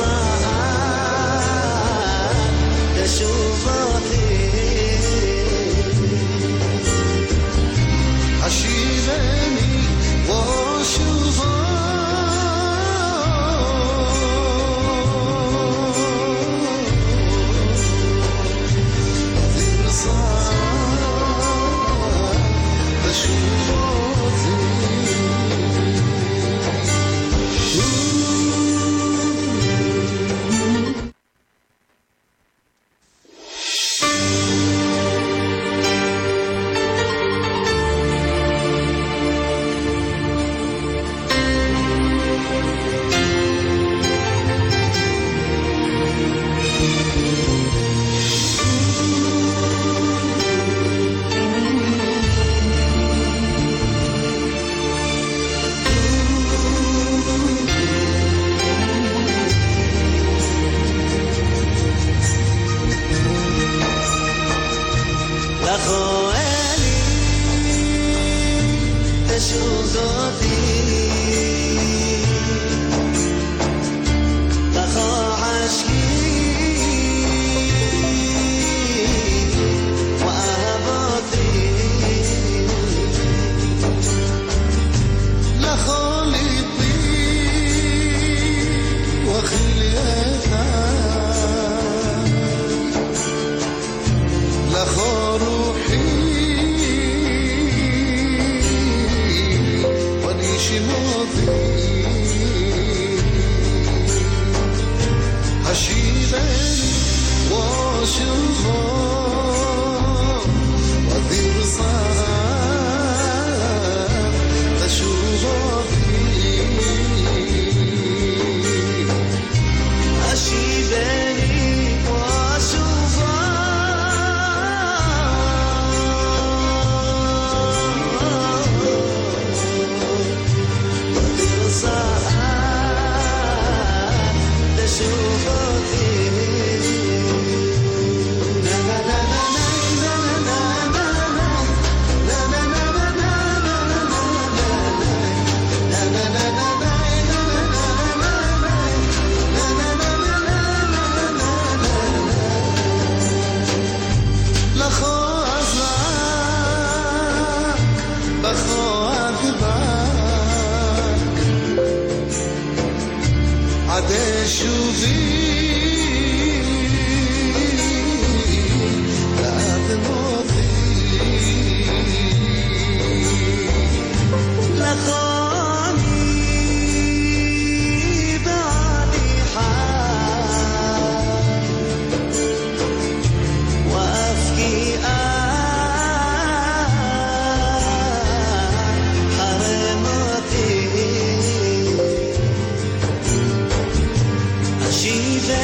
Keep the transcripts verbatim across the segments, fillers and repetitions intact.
She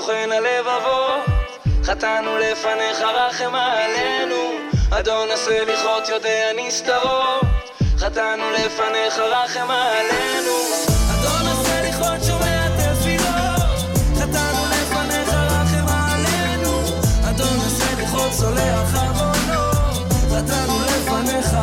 בוחן הלבבות, חטאנו לפניך רחם עלינו, אדון הסליחות יודע נסתרות, חטאנו לפניך רחם עלינו, אדון הסליחות שומע תפילות, חטאנו לפניך רחם עלינו, אדון הסליחות סולח עוונות, חטאנו לפניך.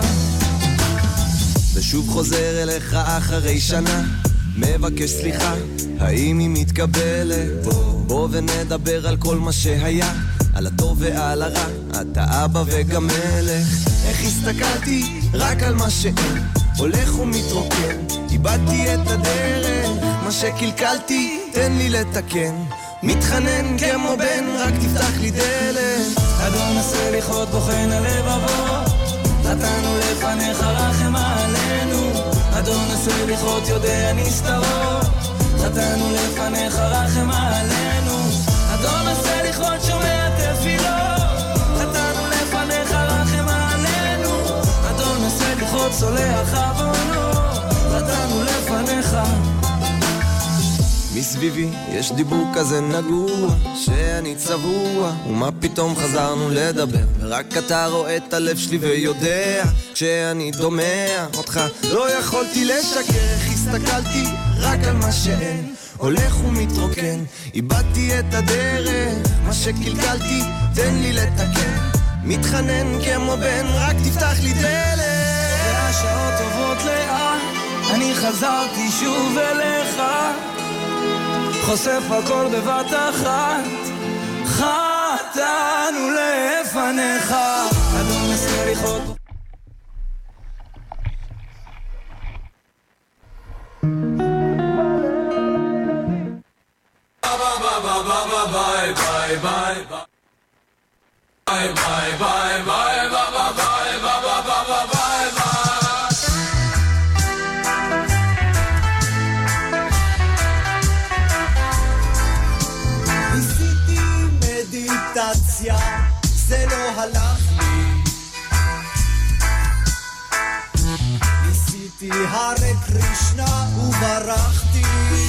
ושוב חוזר אליך אחרי שנה, מבקש סליחה, האם היא מתקבלת? בוא ונדבר על כל מה שהיה, על הטוב ועל הרע, אתה אבא וגם מלך. איך הסתכלתי רק על מה שאין, הולך ומתרוקן, איבדתי את הדרך, מה שקלקלתי תן לי לתקן, מתחנן כמו בן, רק תפתח לי דלת. אדון הסליחות בוחן הלבבות, חטאנו לפניך רחם עלינו, אדון הסליחות יודע נסתרות, חטאנו לפניך רחם עלינו, אדון הסליחות שומע תפילות, חטאנו לפניך רחם עלינו, אדון הסליחות סולח עוונות, חטאנו לפניך. מסביבי יש דיבור כזה נגוע, שאני צבוע, ומה פתאום חזרנו לדבר, ורק אתה רואה את הלב שלי ויודע שאני דומע אותך, לא יכולתי לשקר, איך הסתכלתי רק על מה שאין, הולך ומתרוקן, איבדתי את הדרך, מה שקלקלתי תן לי לתקן, מתחנן כמו בן, רק תפתח לי דלת. והשעות טובות לאט, אני חזרתי שוב אליך, חושף הכל בבת אחת, חטאנו לפניך, אדון הסליחות. Bye bye bye bye bye bye bye bye bye bye bye bye bye bye. ניסיתי מדיטציה, זה לא הלך לי, ניסיתי הרי קרישנה וברחתי,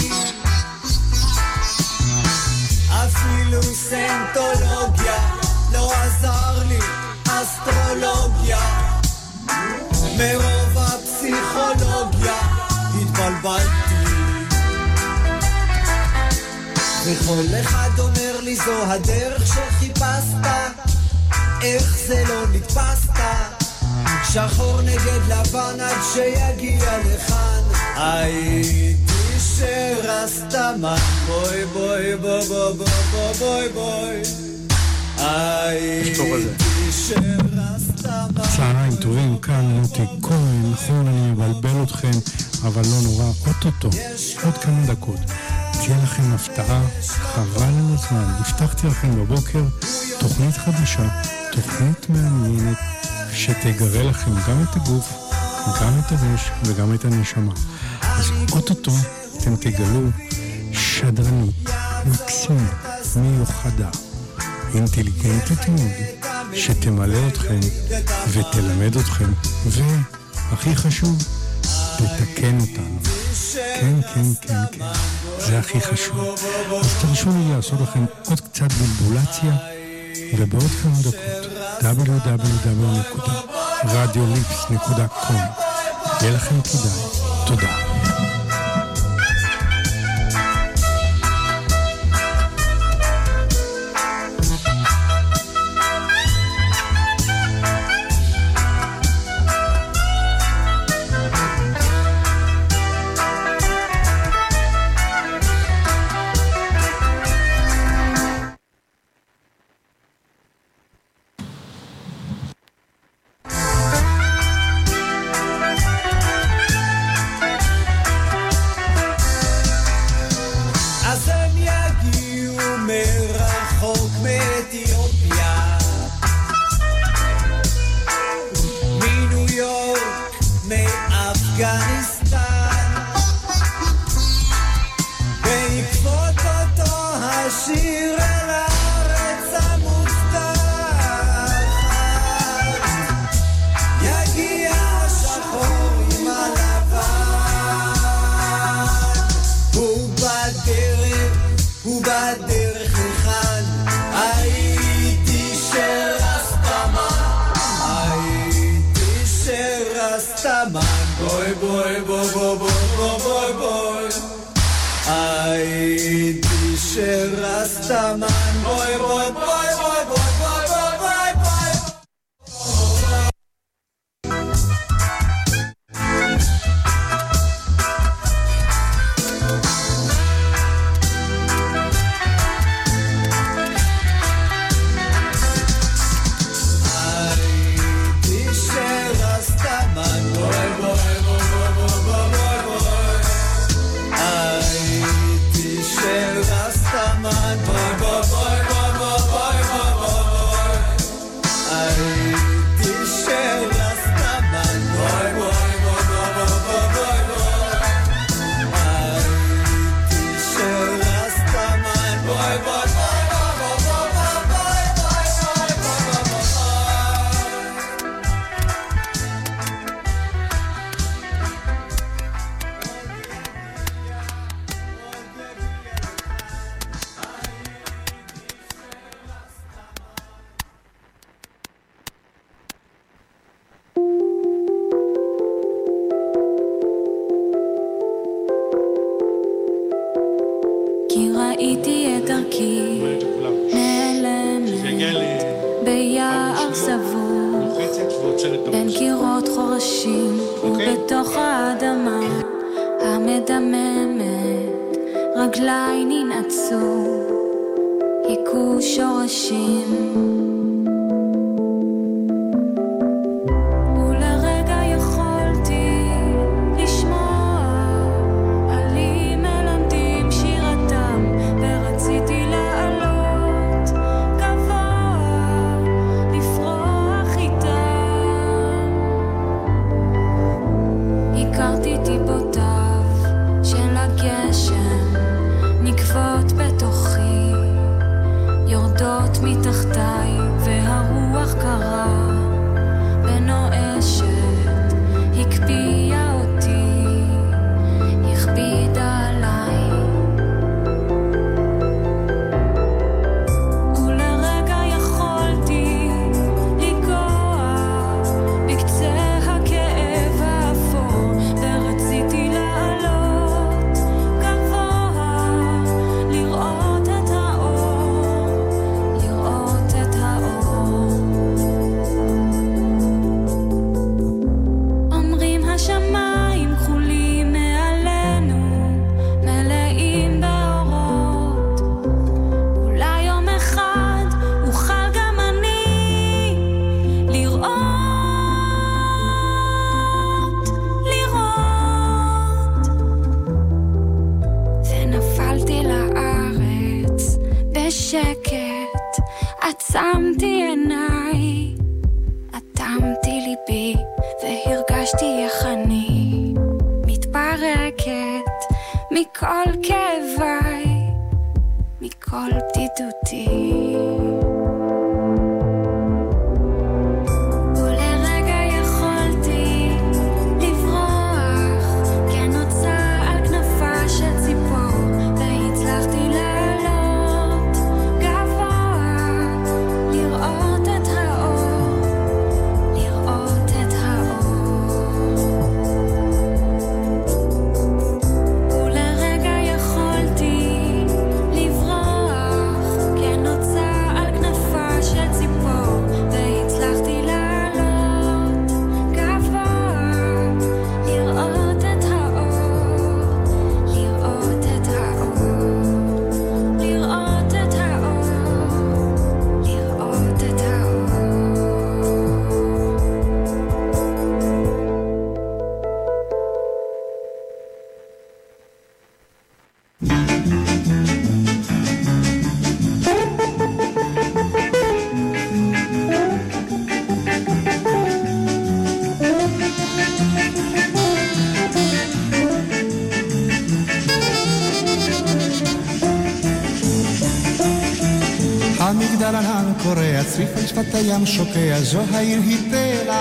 אפילו סנטולוגיה לא עזר לי, אסטרולוגיה, מרוב הפסיכולוגיה התבלבלתי, וכל אחד אומר לי זו הדרך שחיפשת, איך זה לא נתפסת, שחור נגד לבן עד שיגיע לכאן, הייתי שרסתמן, בוי בוי בוי בוי בוי בוי בוי, הייתי שרסתמן. צהריים טובים, כאן מוטי כהן, נכון אני מבלבל אתכם, אבל לא נורא, אוטוטו, עוד כמה דקות. תהיה לכם הפתעה, חבל לנו זמן, הבטחתי לכם בבוקר תוכנית חדשה, תוכנית מעניינת, שתגרה לכם גם את הגוף, גם את הראש וגם את הנשמה. אז אוטוטו אתם תגלו שדרנית, מקסימה, מיוחדה, אינטליגנטית מאוד, שתמלא אתכם ותלמד אתכם, והכי חשוב, תתקן אותנו. כן, כן, כן, כן, זה הכי חשוב. אז תרשו לי לעשות לכם עוד קצת בלבולציה, ובעוד כמה דקות, דאבליו דאבליו דאבליו נקודה רדיוליפס נקודה קום. יהיה לכם כדאי. תודה. רסטמן בוי בוי בוי בוי בוי בוי בוי הייתי של רסטמן בוי בוי בוי בוי בוי בוי בוי בוי המגדל ענן קורע, צריף על שפת הים שוקע, זו העיר היא תל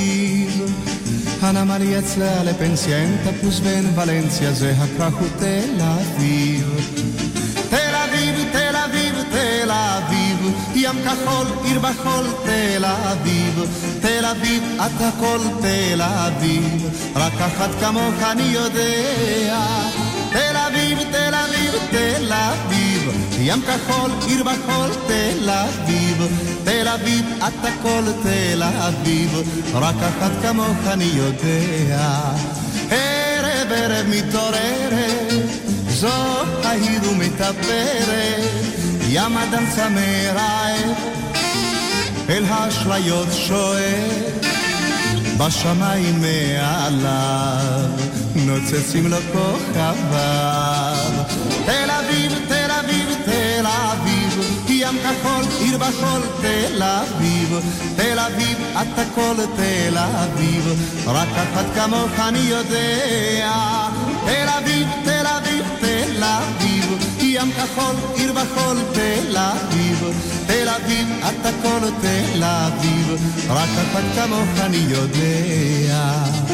אביב. הנמל יצלע לפנסיה, אין תפוס ואין ולנסיה, זה הכרך הוא תל אביב. תל אביב, תל אביב, תל אביב, ים כחול, עיר בחול, תל אביב, תל אביב, את הכל תל אביב, רק אחת כמוך אני יודע. תל אביב, תל אביב, תל אביב, ים כחול, עיר בחול, תל אביב, תל אביב, את הכל תל אביב, רק אחת כמוך אני יודע. ערב ערב מתעוררת, זו העיר ומתאפרת, ים אדם צמא רעב, אל האשליות שואף, בשמיים מעליו, נוצצים לו כוכביו. תל אביב, תל אביב, תל אביב, ים כחול, עיר בחול, תל אביב, תל אביב, את הכל תל אביב, רק אחת כמוך אני יודע. תל אביב, תל אביב, תל אביב, ים כחול, עיר בחול, תל אביב, תל אביב, את הכל תל אביב, רק אחת כמוך אני יודע.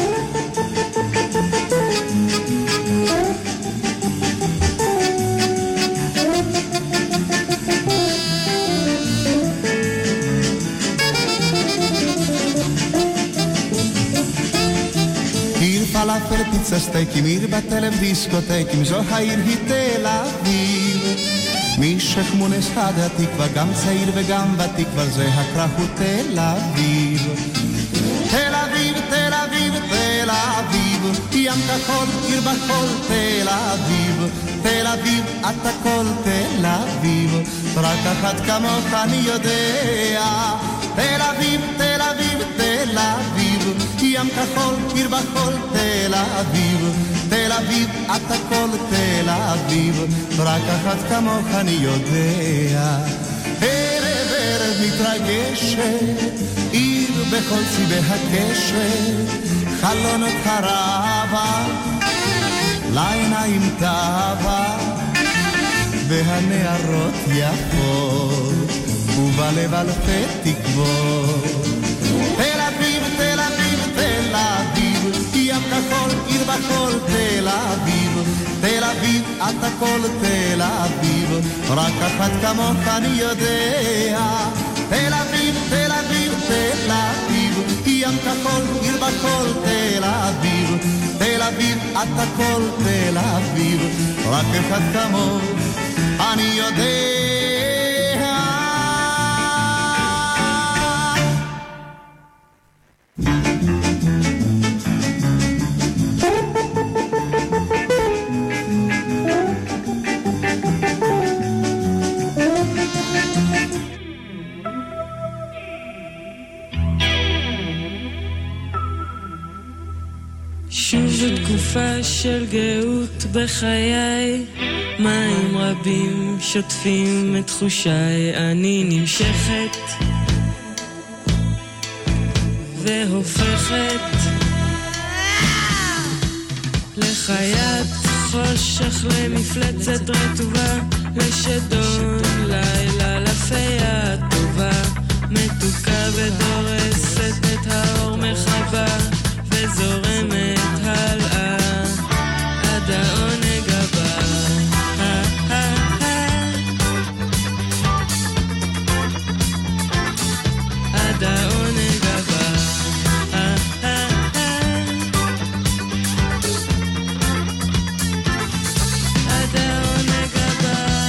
פלאפל, פיצה, סטייקים, עיר בטלם, דיסקוטקים, זו העיר היא תל אביב. משכמונס עד התקווה, גם צעיר וגם ותיק, אבל זה הכרך הוא תל אביב. תל אביב, תל אביב, תל אביב, ים כחול, עיר בחול, תל אביב, תל אביב, את הכל תל אביב, רק אחת כמוך אני יודע. תל אביב, תל אביב, תל אביב, ים כחול, עיר בחול, תל אביב, תל אביב, את הכל תל אביב, רק אחת כמוך אני יודע. ערב ערב מתרגשת, עיר בכל ציבי הקשת, חלונות הרבה, לעיניים טובה, והנערות יפות, ובלב אלפי תקוות. תל אביב, תל אביב, תל אביב, ים כחול, עיר בחול, תל אביב, תל אביב, את הכל תל אביב, רק אחת כמוך אני יודע. תל אביב, תל אביב, תל אביב, ים כחול, עיר בחול, תל אביב, תל אביב, את הכל תל אביב, רק אחד כמוך אני יודע. שוב תקופה של גאות בחיי, מים רבים שוטפים את תחושיי, אני נמשכת והופכת לחיית חושך, למפלצת רטובה, לשדון לילה, לפיה טובה, מתוקה ודורסת את האור מחבה וזורמת הלאה עד העונג הבא. עד העונג הבא. עד העונג הבא.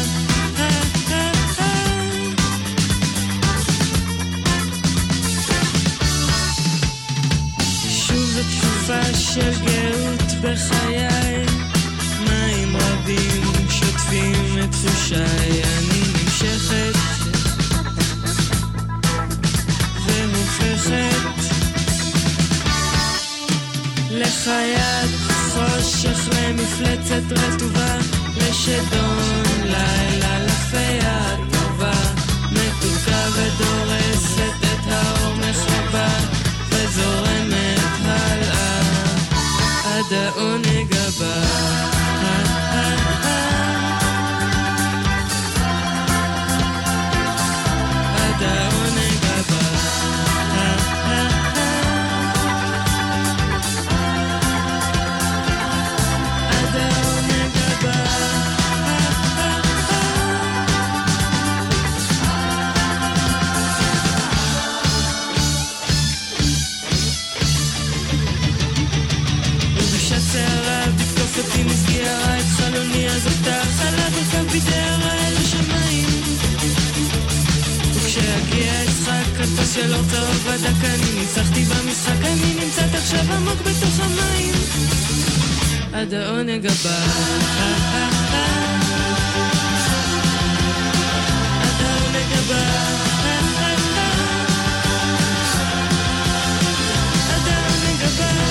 שוב תקופה של גאות בחיי, מים רבים שוטפים את תחושיי, אני נמשכת והופכת לחיית חושך, למפלצת רטובה, לשדון לילה, לפיה טובה, מתוקה ודורסת את האור מחבה וזורמת הלאה עד העונג הבא. עד העונג הבא. עד העונג הבא. של אור צהוב ודקני, ניצחתי במשחק, אני נמצאת עכשיו עמוק בתוך המים עד העונג הבא, עד העונג הבא, עד העונג הבא.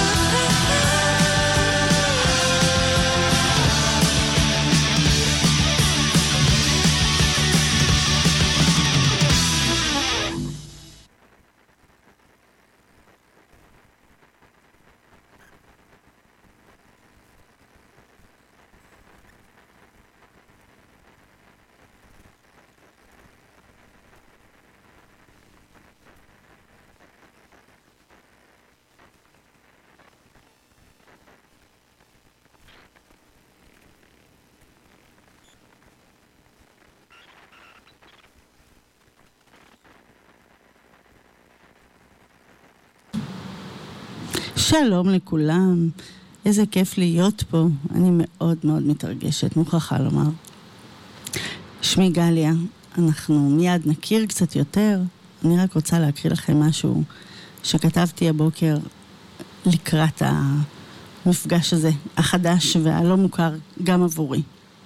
שלום לכולם, איזה כיף להיות פה, אני מאוד מאוד מתרגשת, מוכרחה לומר. שמי גליה, אנחנו מיד נכיר קצת יותר, אני רק רוצה להקריא לכם משהו שכתבתי הבוקר לקראת המפגש הזה, החדש והלא מוכר גם עבורי.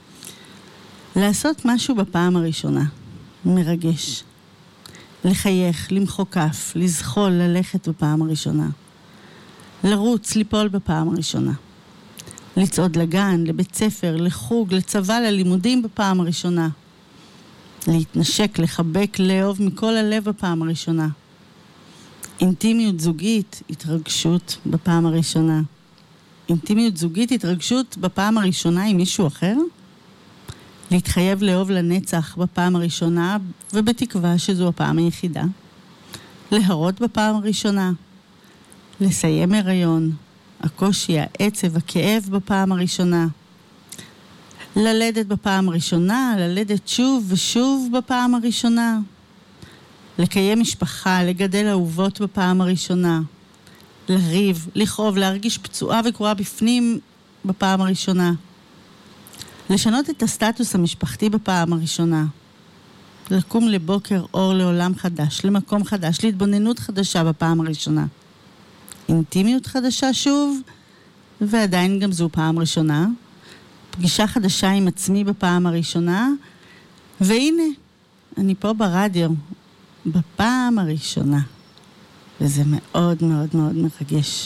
לעשות משהו בפעם הראשונה, מרגש. לחייך, למחוא כף, לזחול, ללכת בפעם הראשונה. לרוץ, ליפול בפעם הראשונה. לצעוד לגן, לבית ספר, לחוג, לצבא, ללימודים בפעם הראשונה. להתנשק, לחבק, לאהוב מכל הלב בפעם הראשונה. אינטימיות זוגית, התרגשות בפעם הראשונה. אינטימיות זוגית, התרגשות בפעם הראשונה עם מישהו אחר. להתחייב לאהוב לנצח בפעם הראשונה, ובתקווה שזו הפעם היחידה. להרות בפעם הראשונה. לסיים הריון, הקושי, העצב, הכאב בפעם הראשונה. ללדת בפעם הראשונה, ללדת שוב ושוב בפעם הראשונה. לקיים משפחה, לגדל אהובות בפעם הראשונה. לריב, לכאוב, להרגיש פצועה וקרועה בפנים בפעם הראשונה. לשנות את הסטטוס המשפחתי בפעם הראשונה. לקום לבוקר אור לעולם חדש, למקום חדש, להתבוננות חדשה בפעם הראשונה. אינטימיות חדשה שוב, ועדיין גם זו פעם ראשונה. פגישה חדשה עם עצמי בפעם הראשונה, והנה, אני פה ברדיו, בפעם הראשונה. וזה מאוד מאוד מאוד מרגש.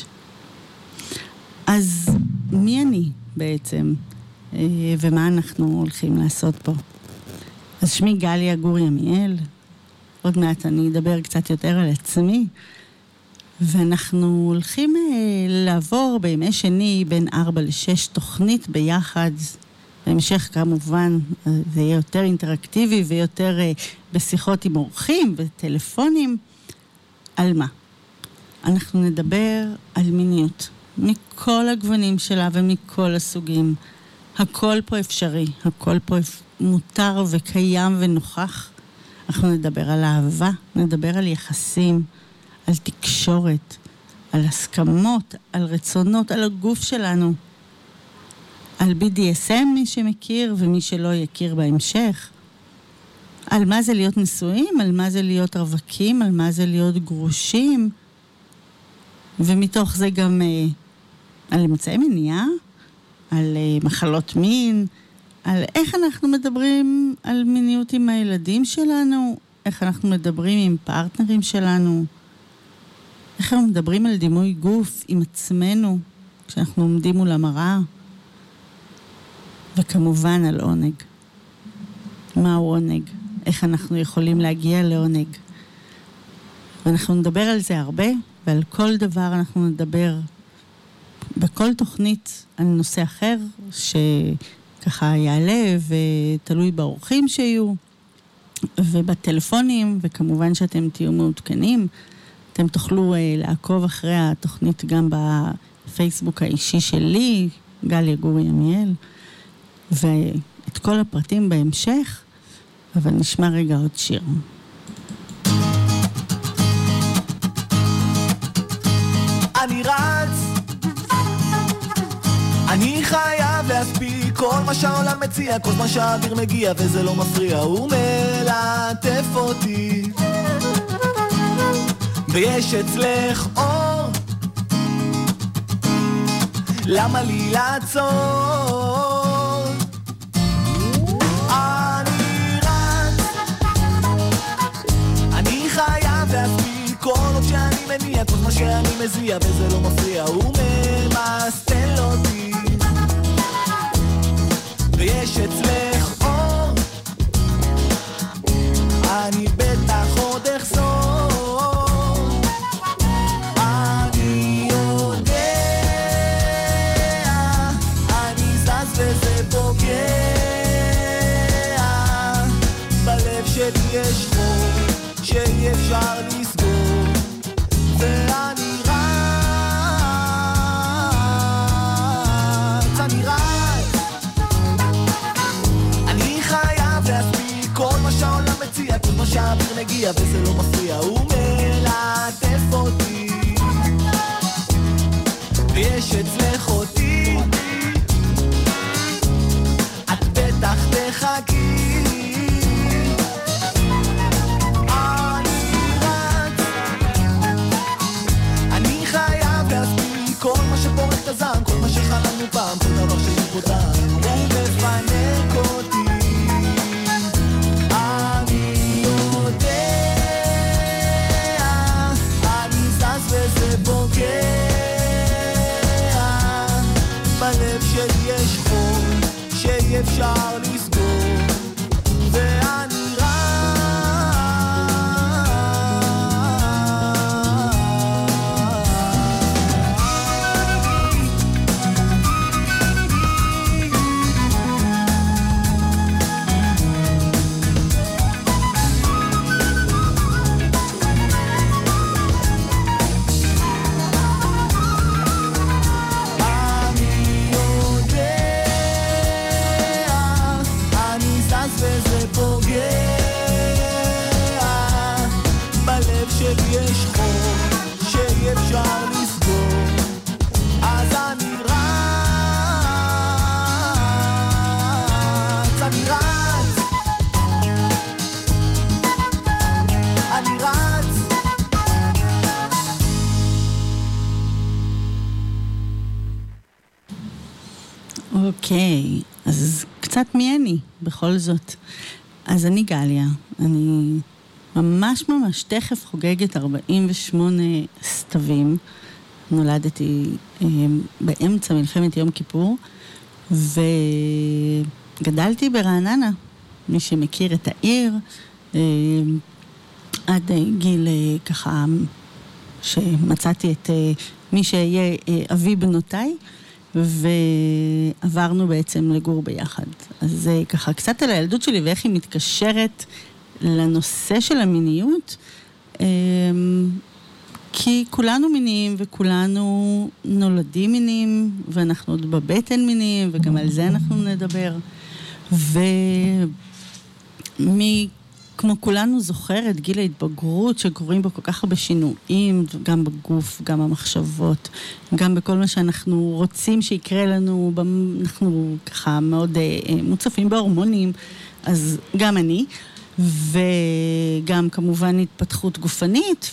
אז מי אני בעצם? ומה אנחנו הולכים לעשות פה? אז שמי גליה גורי עמיאל, עוד מעט אני אדבר קצת יותר על עצמי, ואנחנו הולכים לעבור בימי שני בין ארבע לשש תוכנית ביחד, בהמשך כמובן זה יהיה יותר אינטראקטיבי ויותר בשיחות עם אורחים וטלפונים. על מה? אנחנו נדבר על מיניות, מכל הגוונים שלה ומכל הסוגים. הכל פה אפשרי, הכל פה מותר וקיים ונוכח. אנחנו נדבר על אהבה, נדבר על יחסים, על תקשורת, על הסכמות, על רצונות, על הגוף שלנו, על בי די אס אם מי שמכיר ומי שלא יכיר בהמשך, על מה זה להיות נשואים, על מה זה להיות רווקים, על מה זה להיות גרושים, ומתוך זה גם אה, על אמצעי מניעה, על אה, מחלות מין, על איך אנחנו מדברים על מיניות עם הילדים שלנו, איך אנחנו מדברים עם פרטנרים שלנו, איך אנחנו מדברים על דימוי גוף עם עצמנו, כשאנחנו עומדים מול המראה, וכמובן על עונג. מהו עונג? איך אנחנו יכולים להגיע לעונג? ואנחנו נדבר על זה הרבה, ועל כל דבר אנחנו נדבר בכל תוכנית על נושא אחר, שככה יעלה ותלוי באורחים שיהיו, ובטלפונים, וכמובן שאתם תהיו מעודכנים. אתם תוכלו uh, לעקוב אחרי התוכנית גם בפייסבוק האישי שלי, גליה גורי עמיאל, ואת כל הפרטים בהמשך, אבל נשמע רגע עוד שיר. אני רץ, אני חייב להספיק כל מה שהעולם מציע, כל מה שהאוויר מגיע וזה לא מפריע, הוא מלטף אותי. ויש אצלך אור, למה לי לעצור? אני רץ, אני חייב להספיק כל עוד שאני מניע כל מה שאני מזיע וזה לא מפריע, הוא ממסטל אותי. ויש אצלך אור, אני בטח עוד אחזור. אני יודע, אני זז וזה פוגע, בלב שלי יש חור שאי אפשר לסגור, ואני רץ, אני רץ, אני חייב להספיק כל מה שהעולם מציע, כל מה שהאוויר מגיע וזה לא מפריע, הוא מלטף אותי. ויש אצלך אותי, את בטח תחכי. אני רץ, אני חייב להספיק כל מה שפורק את הזעם, כל מה שחלמנו פעם, כל דבר שיפותם הוא מפנק אותי. אני יודע, אני זז וזה פוגע, בלב שלי יש חור שאי אפשר לסגור, ואני יש חור שאי אפשר לסגור, אז אני רץ, אני רץ, אני רץ. אוקיי, אז קצת מי אני בכל זאת. אז אני גליה, אני ממש ממש תכף חוגגת ארבעים ושמונה סתווים. נולדתי אה, באמצע מלחמת יום כיפור, וגדלתי ברעננה. מי שמכיר את העיר, אה, עד אה, גיל אה, ככה, שמצאתי את אה, מי שיהיה אה, אבי בנותיי, ועברנו בעצם לגור ביחד. אז זה ככה קצת על הילדות שלי ואיך היא מתקשרת לנושא של המיניות, כי כולנו מיניים וכולנו נולדים מיניים, ואנחנו עוד בבטן מיניים, וגם על זה אנחנו נדבר. ומי, כמו כולנו זוכר את גיל ההתבגרות שקורים בו כל כך הרבה שינויים, גם בגוף, גם במחשבות, גם בכל מה שאנחנו רוצים שיקרה לנו, אנחנו ככה מאוד מוצפים בהורמונים, אז גם אני, וגם כמובן התפתחות גופנית,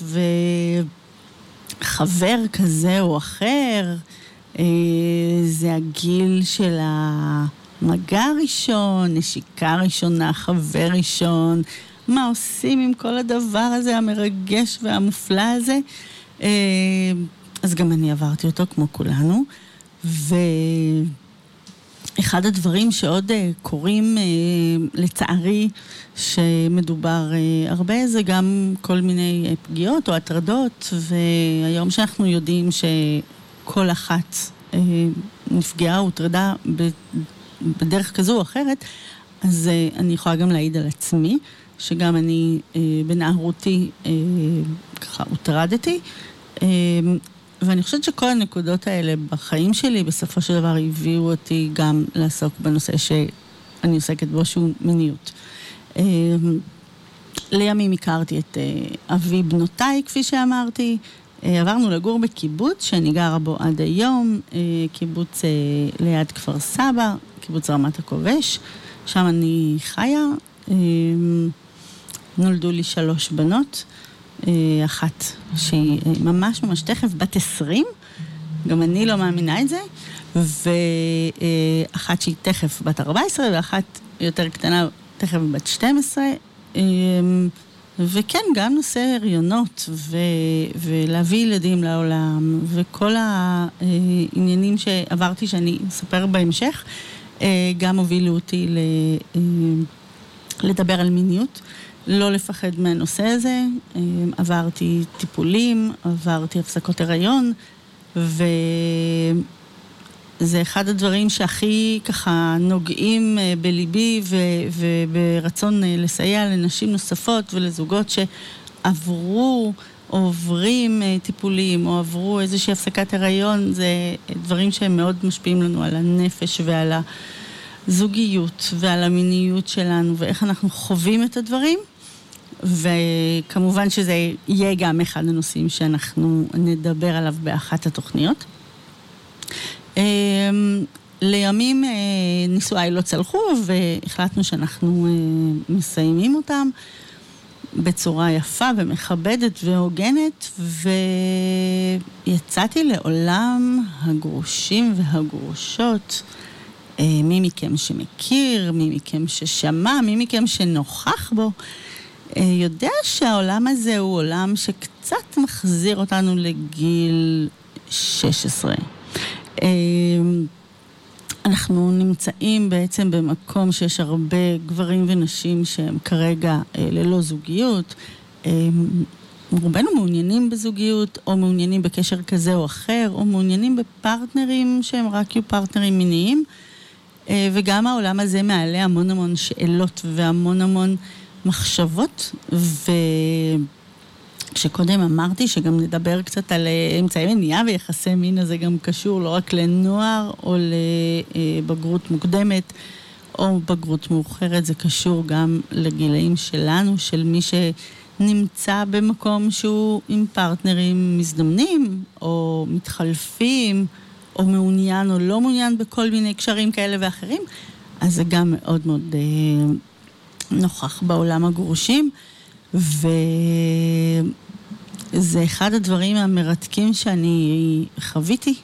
וחבר כזה או אחר, זה הגיל של המגע הראשון, נשיקה ראשונה, חבר ראשון, מה עושים עם כל הדבר הזה המרגש והמופלא הזה. אז גם אני עברתי אותו כמו כולנו, ואחד הדברים שעוד קורים לצערי שמדובר הרבה זה גם כל מיני פגיעות או הטרדות, והיום שאנחנו יודעים שכל אחת נפגעה או הטרדה בדרך כזו או אחרת, אז אני יכולה גם להעיד על עצמי, שגם אני בנערותי ככה הוטרדתי, ואני חושבת שכל הנקודות האלה בחיים שלי בסופו של דבר הביאו אותי גם לעסוק בנושא שאני עוסקת בו שהוא מיניות. לימים הכרתי את אבי בנותיי, כפי שאמרתי, עברנו לגור בקיבוץ שאני גרה בו עד היום, קיבוץ ליד כפר סבא, קיבוץ רמת הכובש, שם אני חיה, נולדו לי שלוש בנות, אחת שהיא ממש ממש תכף בת עשרים, גם אני לא מאמינה את זה, ואחת שהיא תכף בת ארבע עשרה, ואחת יותר קטנה תכף בת שתים עשרה, וכן, גם נושא הריונות, ו- ולהביא ילדים לעולם, וכל העניינים שעברתי שאני אספר בהמשך, גם הובילו אותי ל- לדבר על מיניות, לא לפחד מהנושא הזה, עברתי טיפולים, עברתי הפסקות הריון, וזה אחד הדברים שהכי ככה נוגעים בליבי ו- וברצון לסייע לנשים נוספות ולזוגות שעברו או עוברים טיפולים או עברו איזושהי הפסקת הריון, זה דברים שהם מאוד משפיעים לנו על הנפש ועל הזוגיות ועל המיניות שלנו ואיך אנחנו חווים את הדברים. וכמובן שזה יהיה גם אחד הנושאים שאנחנו נדבר עליו באחת התוכניות. לימים נישואיי לא צלחו והחלטנו שאנחנו מסיימים אותם בצורה יפה ומכבדת והוגנת, ויצאתי לעולם הגרושים והגרושות. מי מכם שמכיר, מי מכם ששמע, מי מכם שנוכח בו, יודע שהעולם הזה הוא עולם שקצת מחזיר אותנו לגיל שש עשרה. אנחנו נמצאים בעצם במקום שיש הרבה גברים ונשים שהם כרגע ללא זוגיות. רובנו מעוניינים בזוגיות, או מעוניינים בקשר כזה או אחר, או מעוניינים בפרטנרים שהם רק יהיו פרטנרים מיניים. וגם העולם הזה מעלה המון המון שאלות והמון המון מחשבות, וכשקודם אמרתי שגם נדבר קצת על אמצעי מניעה ויחסי מין, אז זה גם קשור לא רק לנוער או לבגרות מוקדמת או בגרות מאוחרת, זה קשור גם לגילאים שלנו, של מי שנמצא במקום שהוא עם פרטנרים מזדמנים או מתחלפים או מעוניין או לא מעוניין בכל מיני קשרים כאלה ואחרים, אז זה גם מאוד מאוד נוכח בעולם הגרושים, וזה אחד הדברים המרתקים שאני חוויתי,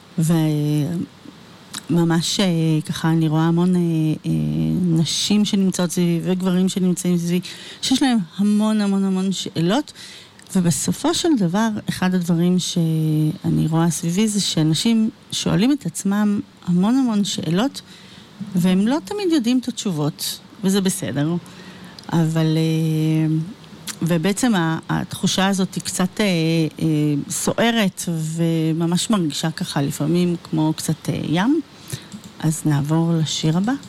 וממש ככה אני רואה המון נשים שנמצאות סביבי וגברים שנמצאים סביבי, שיש להם המון המון המון שאלות, ובסופו של דבר, אחד הדברים שאני רואה סביבי זה שאנשים שואלים את עצמם המון המון שאלות, והם לא תמיד יודעים את התשובות. וזה בסדר, אבל ובעצם התחושה הזאת היא קצת סוערת וממש מרגישה ככה לפעמים כמו קצת ים. אז נעבור לשיר הבא.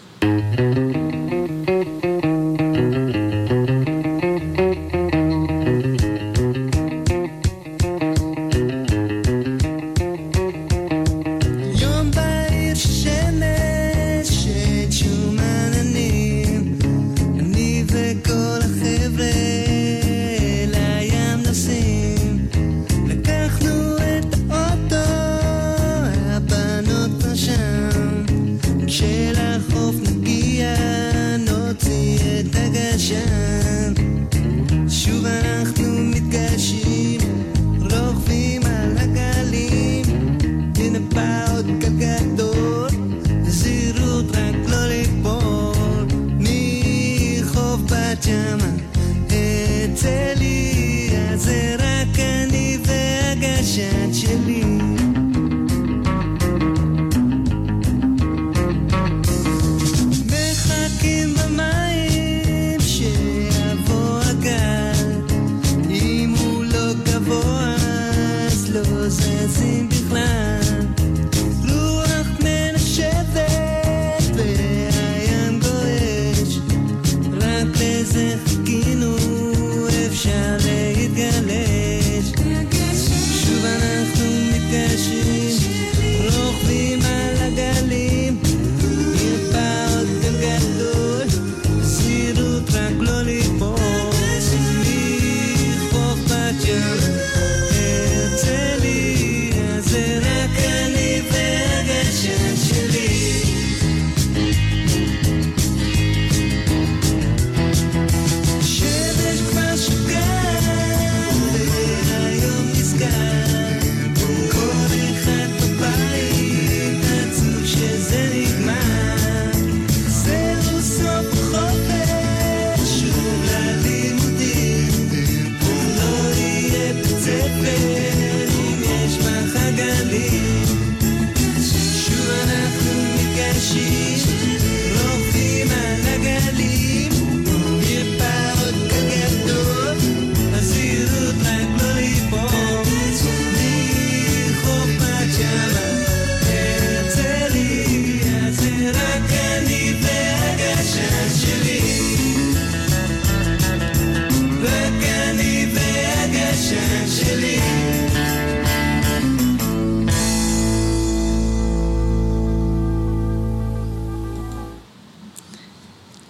שוב אנחנו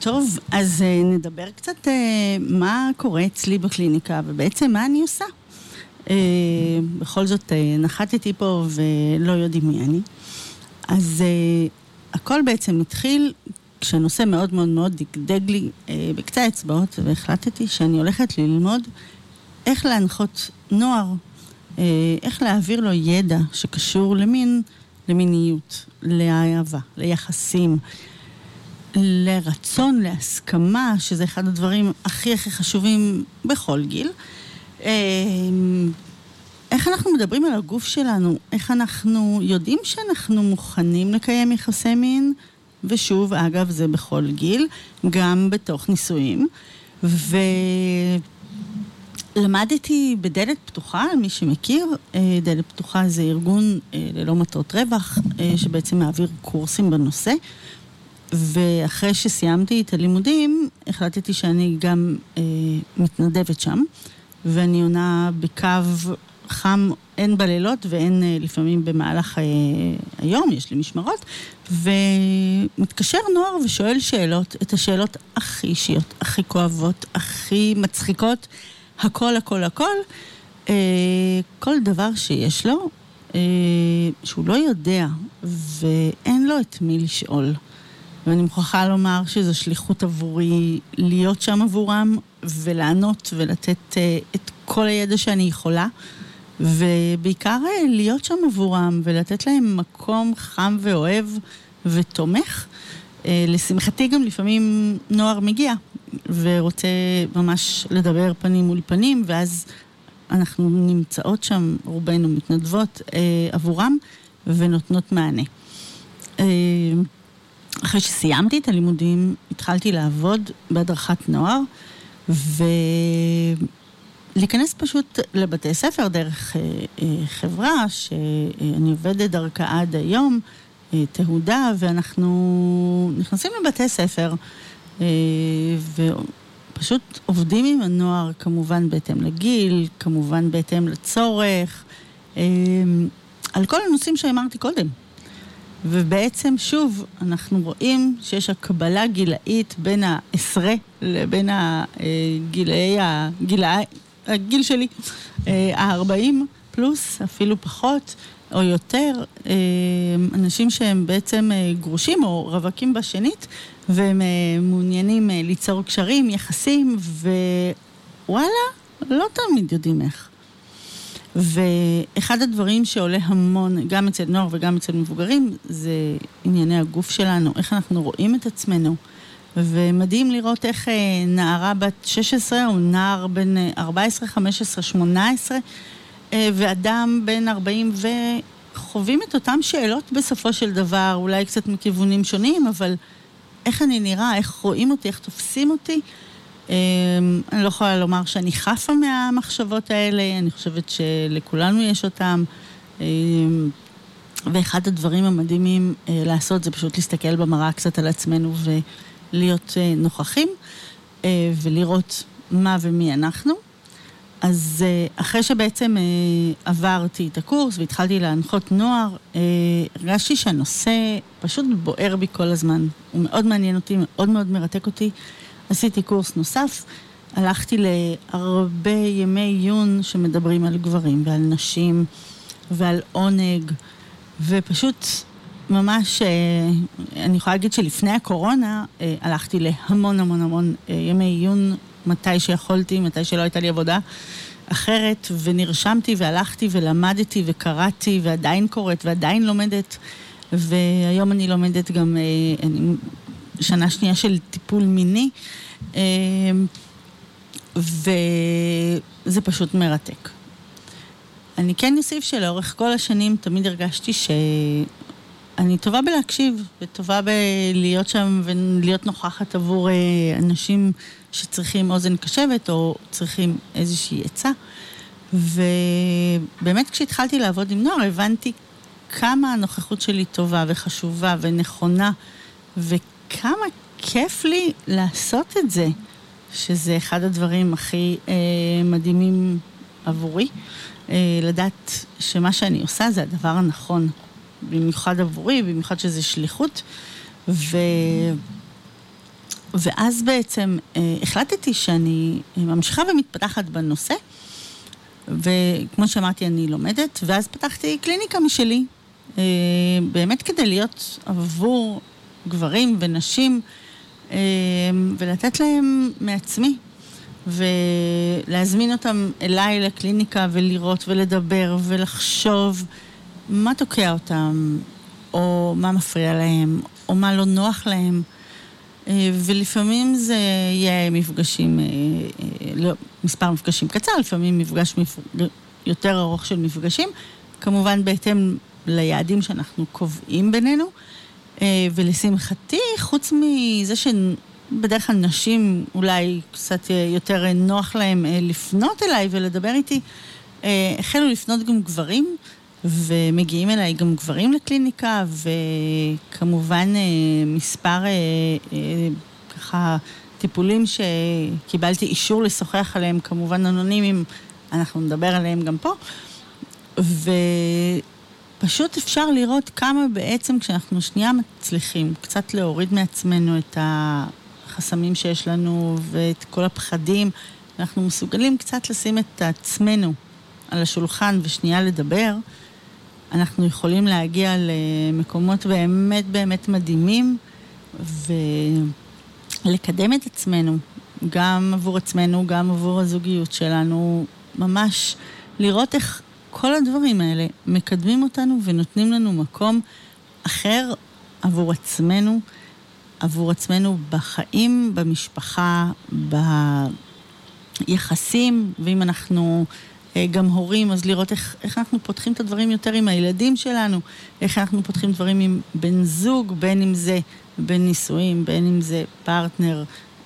טוב, אז נדבר קצת מה קורה אצלי בקליניקה, ובעצם מה אני עושה. בכל זאת נחתתי פה ולא יודעים מי אני. אז הכל בעצם התחיל כשנושא מאוד מאוד מאוד דגדג לי בקצה האצבעות, והחלטתי שאני הולכת ללמוד איך להנחות נוער, איך להעביר לו ידע שקשור למין, למיניות, לאהבה, ליחסים, לרצון, להסכמה, שזה אחד הדברים הכי הכי חשובים בכל גיל. איך אנחנו מדברים על הגוף שלנו, איך אנחנו יודעים שאנחנו מוכנים לקיים יחסי מין, ושוב, אגב, זה בכל גיל, גם בתוך נישואים, ולמדתי בדלת פתוחה, מי שמכיר, דלת פתוחה זה ארגון ללא מטרות רווח, שבעצם מעביר קורסים בנושא, ואחרי שסיימתי את הלימודים, החלטתי שאני גם אה, מתנדבת שם, ואני עונה בקו חם, אין בלילות ואין אה, לפעמים במהלך אה, היום, יש לי משמרות, ומתקשר נוער ושואל שאלות, את השאלות הכי אישיות, הכי כואבות, הכי מצחיקות, הכל, הכל, הכל, אה, כל דבר שיש לו, אה, שהוא לא יודע, ואין לו את מי לשאול. ואני מוכרחה לומר שזו שליחות עבורי להיות שם עבורם, ולענות ולתת uh, את כל הידע שאני יכולה, ובעיקר uh, להיות שם עבורם, ולתת להם מקום חם ואוהב ותומך. Uh, לשמחתי גם לפעמים נוער מגיע, ורוצה ממש לדבר פנים מול פנים, ואז אנחנו נמצאות שם, רובנו מתנדבות uh, עבורם, ונותנות מענה. Uh, אחרי שסיימתי את הלימודים, התחלתי לעבוד בהדרכת נוער, ולהיכנס פשוט לבתי ספר דרך אה, אה, חברה שאני עובדת דרכה עד היום, אה, תהודה, ואנחנו נכנסים לבתי ספר, אה, ופשוט עובדים עם הנוער, כמובן בהתאם לגיל, כמובן בהתאם לצורך, אה, על כל הנושאים שאמרתי קודם. ובעצם שוב אנחנו רואים שיש הקבלה גילאית בין העשרה לבין הגילאי, הגילאי, הגיל שלי, ה-ארבעים פלוס, אפילו פחות או יותר, אנשים שהם בעצם גרושים או רווקים בשנית, והם מעוניינים ליצור קשרים, יחסים, ווואלה, לא תמיד יודעים איך. ואחד הדברים שעולה המון, גם אצל נוער וגם אצל מבוגרים, זה ענייני הגוף שלנו, איך אנחנו רואים את עצמנו. ומדהים לראות איך נערה בת שש עשרה, או נער בן ארבע עשרה, חמש עשרה, שמונה עשרה, ואדם בן ארבעים, וחווים את אותם שאלות בסופו של דבר, אולי קצת מכיוונים שונים, אבל איך אני נראה, איך רואים אותי, איך תופסים אותי, אני לא יכולה לומר שאני חפה מהמחשבות האלה, אני חושבת שלכולנו יש אותם, ואחד הדברים המדהימים לעשות זה פשוט להסתכל במראה קצת על עצמנו ולהיות נוכחים, ולראות מה ומי אנחנו. אז אחרי שבעצם עברתי את הקורס והתחלתי להנחות נוער, הרגשתי שהנושא פשוט בוער בי כל הזמן. הוא מאוד מעניין אותי, מאוד מאוד מרתק אותי. עשיתי קורס נוסף, הלכתי להרבה ימי עיון שמדברים על גברים ועל נשים ועל עונג, ופשוט ממש, אני יכולה להגיד שלפני הקורונה, הלכתי להמון המון המון ימי עיון, מתי שיכולתי, מתי שלא הייתה לי עבודה אחרת, ונרשמתי והלכתי ולמדתי וקראתי, ועדיין קוראת ועדיין לומדת, והיום אני לומדת גם, אני, שנה שנייה של טיפול מיני, וזה פשוט מרתק. אני כן אוסיף שלאורך כל השנים תמיד הרגשתי שאני טובה בלהקשיב, וטובה בלהיות שם ולהיות נוכחת עבור אנשים שצריכים אוזן קשבת או צריכים איזושהי עצה. ובאמת כשהתחלתי לעבוד עם נוער הבנתי כמה הנוכחות שלי טובה וחשובה ונכונה, וכמה כיף לי לעשות את זה, שזה אחד הדברים הכי אה, מדהימים עבורי, אה, לדעת שמה שאני עושה זה הדבר הנכון, במיוחד עבורי, במיוחד שזה שליחות, ואני ואז בעצם החלטתי שאני ממשיכה ומתפתחת בנושא, וכמו שאמרתי, אני לומדת, ואז פתחתי קליניקה משלי, באמת כדי להיות עבור גברים ונשים, ולתת להם מעצמי, ולהזמין אותם אליי לקליניקה, ולראות ולדבר ולחשוב מה תוקע אותם, או מה מפריע להם, או מה לא נוח להם, ולפעמים זה יהיה מפגשים, לא, מספר מפגשים קצר, לפעמים מפגש יותר ארוך של מפגשים, כמובן בהתאם ליעדים שאנחנו קובעים בינינו, ולשמחתי, חוץ מזה שבדרך כלל נשים אולי קצת יותר נוח להם לפנות אליי ולדבר איתי, החלו לפנות גם גברים, ומגיעים אליי גם גברים לקליניקה, וכמובן מספר ככה טיפולים שקיבלתי אישור לשוחח עליהם, כמובן אנונימיים, אנחנו נדבר עליהם גם פה, ופשוט אפשר לראות כמה בעצם כשאנחנו שנייה מצליחים קצת להוריד מעצמנו את החסמים שיש לנו ואת כל הפחדים, אנחנו מסוגלים קצת לשים את עצמנו על השולחן ושנייה לדבר, אנחנו יכולים להגיע למקומות באמת באמת מדהימים, ולקדם את עצמנו, גם עבור עצמנו, גם עבור הזוגיות שלנו, ממש לראות איך כל הדברים האלה מקדמים אותנו ונותנים לנו מקום אחר עבור עצמנו, עבור עצמנו בחיים, במשפחה, ביחסים, ואם אנחנו גם הורים, אז לראות איך, איך אנחנו פותחים את הדברים יותר עם הילדים שלנו, איך אנחנו פותחים דברים עם בן זוג, בין אם זה בין נישואים, בין אם זה פרטנר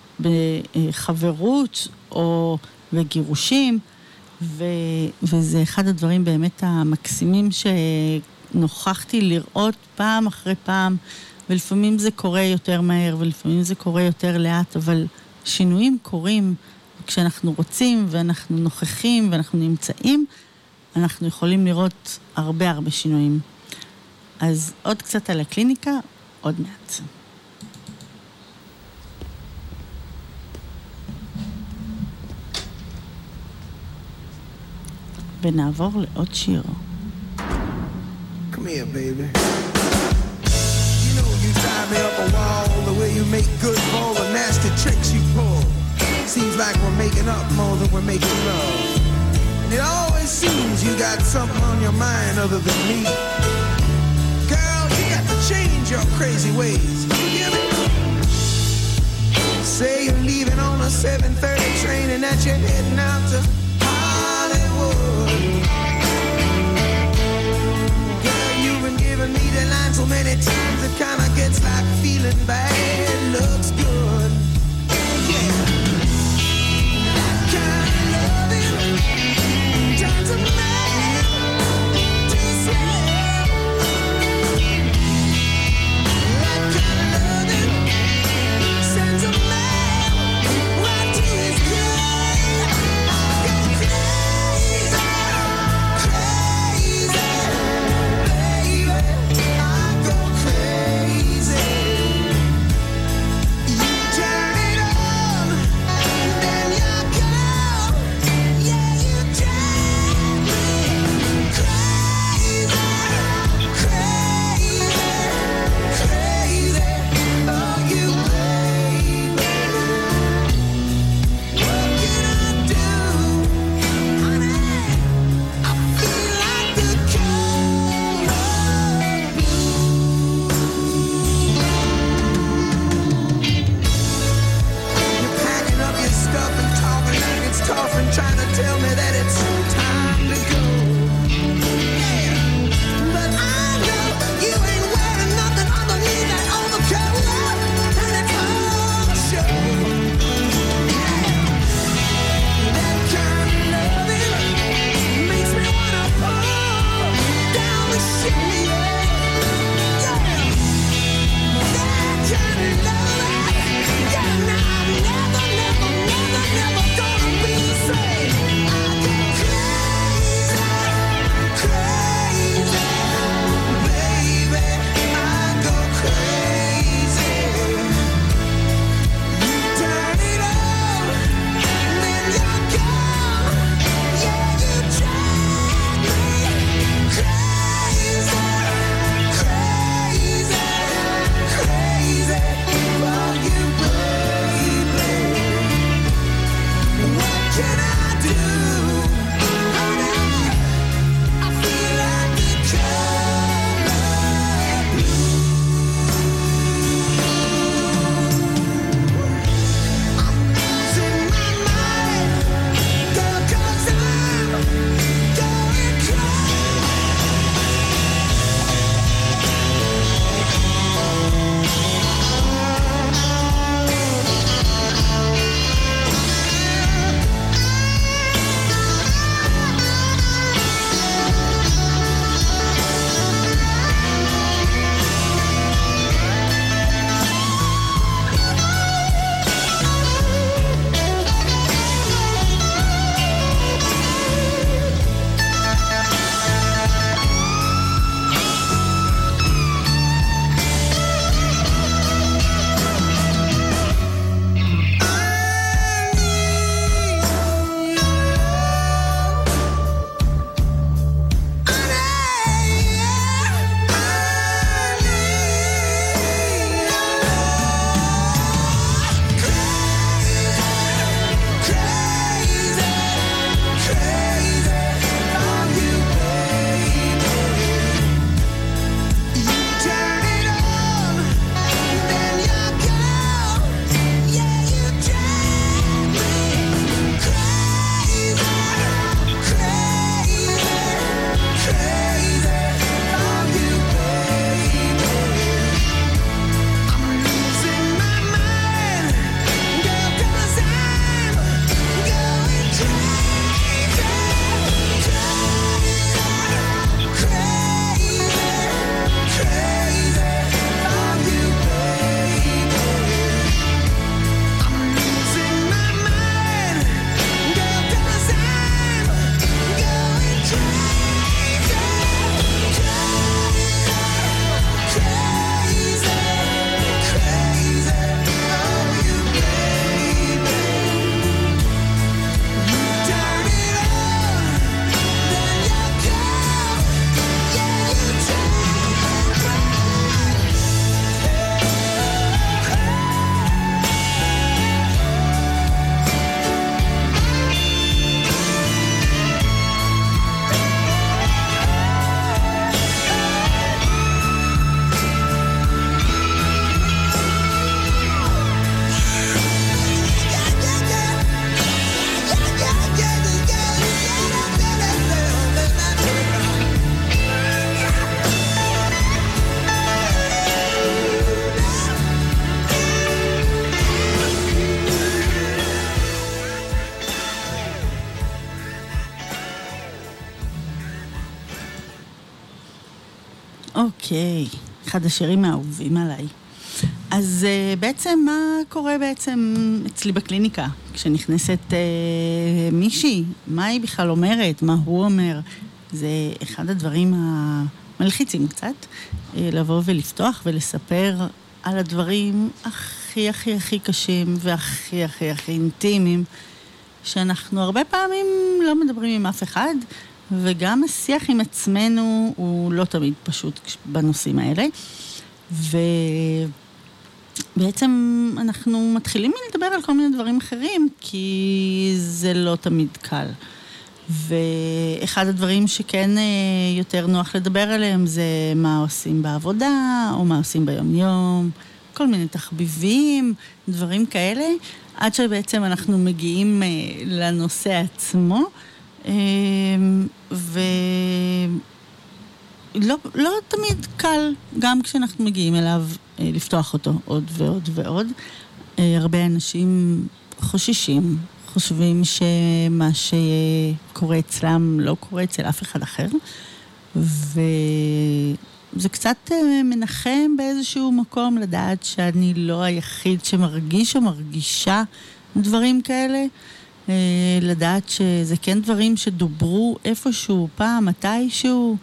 בחברות או בגירושים, ו, וזה אחד הדברים באמת המקסימים שנוכחתי לראות פעם אחרי פעם, ולפעמים זה קורה יותר מהר, ולפעמים זה קורה יותר לאט, אבל שינויים קורים, כשאנחנו רוצים ואנחנו נוכחים ואנחנו נמצאים, אנחנו יכולים לראות הרבה הרבה שינויים. אז עוד קצת על הקליניקה, עוד מעט. ונעבור לעוד שיר. Come here, baby. You know you tie me up a wall the way you make good for all the nasty tricks you pull. Seems like we're making up more than we're making love. And it always seems you got something on your mind other than me. Girl, you got to change your crazy ways. You hear me? Say you're leaving on a seven thirty train and that you're heading out to Hollywood. Girl, you've been giving me the line so many times it kinda gets like feeling bad looks good. Yeah. Turns a man to slave. That kind of loving sends a man right to his grave. אוקיי, אחד השירים האהובים עליי. אז uh, בעצם מה קורה בעצם אצלי בקליניקה? כשנכנסת uh, מישהי, מה היא בכלל אומרת, מה הוא אומר? זה אחד הדברים המלחיצים קצת, uh, לבוא ולפתוח ולספר על הדברים הכי הכי הכי קשים והכי הכי הכי אינטימיים, שאנחנו הרבה פעמים לא מדברים עם אף אחד, וגם השיח עם עצמנו הוא לא תמיד פשוט בנושאים האלה. ובעצם אנחנו מתחילים לדבר על כל מיני דברים אחרים, כי זה לא תמיד קל. ואחד הדברים שכן יותר נוח לדבר עליהם זה מה עושים בעבודה, או מה עושים ביום יום, כל מיני תחביבים, דברים כאלה, עד שבעצם אנחנו מגיעים לנושא עצמו, ו... לא, לא תמיד קל, גם כשאנחנו מגיעים אליו, לפתוח אותו עוד ועוד ועוד. הרבה אנשים חוששים, חושבים שמה שקורה אצלם לא קורה אצל אף אחד אחר, וזה קצת מנחם באיזשהו מקום לדעת שאני לא היחיד שמרגיש או מרגישה דברים כאלה, לדעת שזה כן דברים שדוברו איפשהו פעם, מתישהו,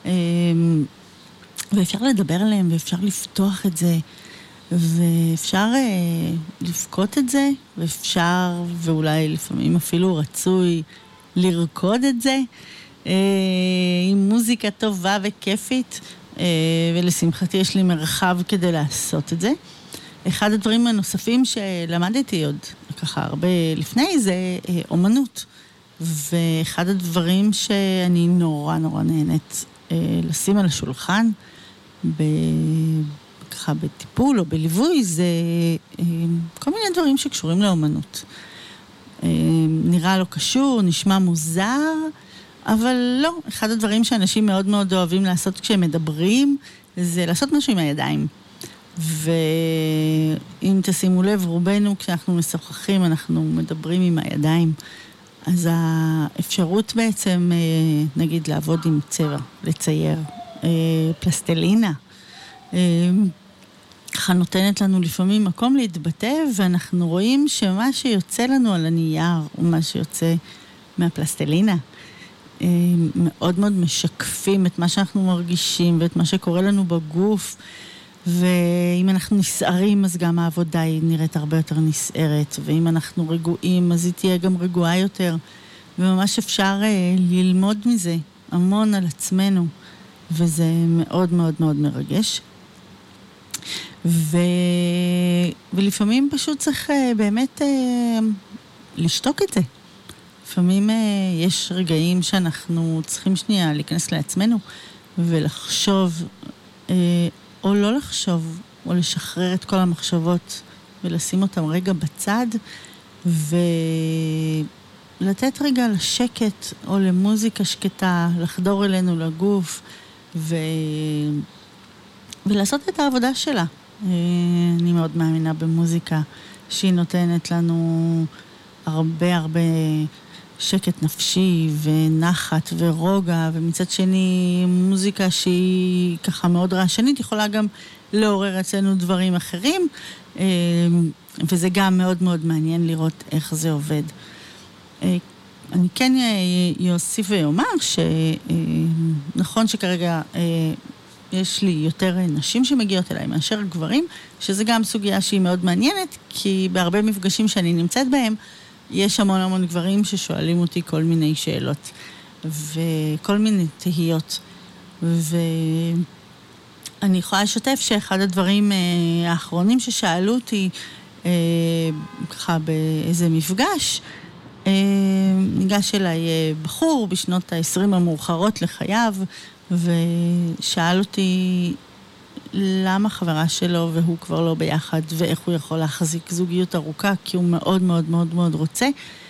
ואפשר לדבר עליהם, ואפשר לפתוח את זה, ואפשר לפקוט את זה, ואפשר, ואולי לפעמים אפילו רצוי לרקוד את זה, עם מוזיקה טובה וכיפית, ולשמחתי יש לי מרחב כדי לעשות את זה. אחד הדברים הנוספים שלמדתי עוד ככה הרבה לפני זה אומנות, ואחד הדברים שאני נורא נורא נהנית לשים על השולחן ככה בטיפול או בליווי, זה כל מיני דברים שקשורים לאומנות. נראה לא קשור, נשמע מוזר, אבל לא. אחד הדברים שאנשים מאוד מאוד אוהבים לעשות כשהם מדברים, זה לעשות משהו עם הידיים. ואם תשימו לב, רובנו כשאנחנו משוחחים, אנחנו מדברים עם הידיים. אז האפשרות בעצם, נגיד, לעבוד עם צבע, לצייר, פלסטלינה, ככה נותנת לנו לפעמים מקום להתבטא, ואנחנו רואים שמה שיוצא לנו על הנייר, או מה שיוצא מהפלסטלינה, מאוד מאוד משקפים את מה שאנחנו מרגישים, ואת מה שקורה לנו בגוף, ואם אנחנו נסערים, אז גם העבודה היא נראית הרבה יותר נסערת, ואם אנחנו רגועים, אז היא תהיה גם רגועה יותר, וממש אפשר ללמוד מזה המון על עצמנו, וזה מאוד מאוד מאוד מרגש. ו... ולפעמים פשוט צריך באמת לשתוק את זה. לפעמים יש רגעים שאנחנו צריכים שנייה להיכנס לעצמנו, ולחשוב, או לא לחשוב, או לשחרר את כל המחשבות, ולשים אותם רגע בצד, ולתת רגע לשקט, או למוזיקה שקטה, לחדור אלינו לגוף, ו... ולעשות את העבודה שלה. אני מאוד מאמינה במוזיקה, שהיא נותנת לנו הרבה הרבה שקט נפשי, ונחת ורוגע, ומצד שני מוזיקה שהיא ככה מאוד רעשנית, יכולה גם לעורר אצלנו דברים אחרים, וזה גם מאוד מאוד מעניין לראות איך זה עובד. אני כן יוסיף ויאמר שנכון שכרגע יש לי יותר נשים שמגיעות אליי מאשר גברים, שזה גם סוגיה שהיא מאוד מעניינת, כי בהרבה מפגשים שאני נמצאת בהם, יש המון המון גברים ששואלים אותי כל מיני שאלות, וכל מיני תהיות. ואני יכולה לשתף שאחד הדברים האחרונים ששאלו אותי, ככה באיזה מפגש, ניגש אליי בחור בשנות ה-עשרים המאוחרות לחייו, ושאל אותי למה חברה שלו והוא כבר לא ביחד, ואיך הוא יכול להחזיק זוגיות ארוכה, כי הוא מאוד מאוד מאוד מאוד רוצה.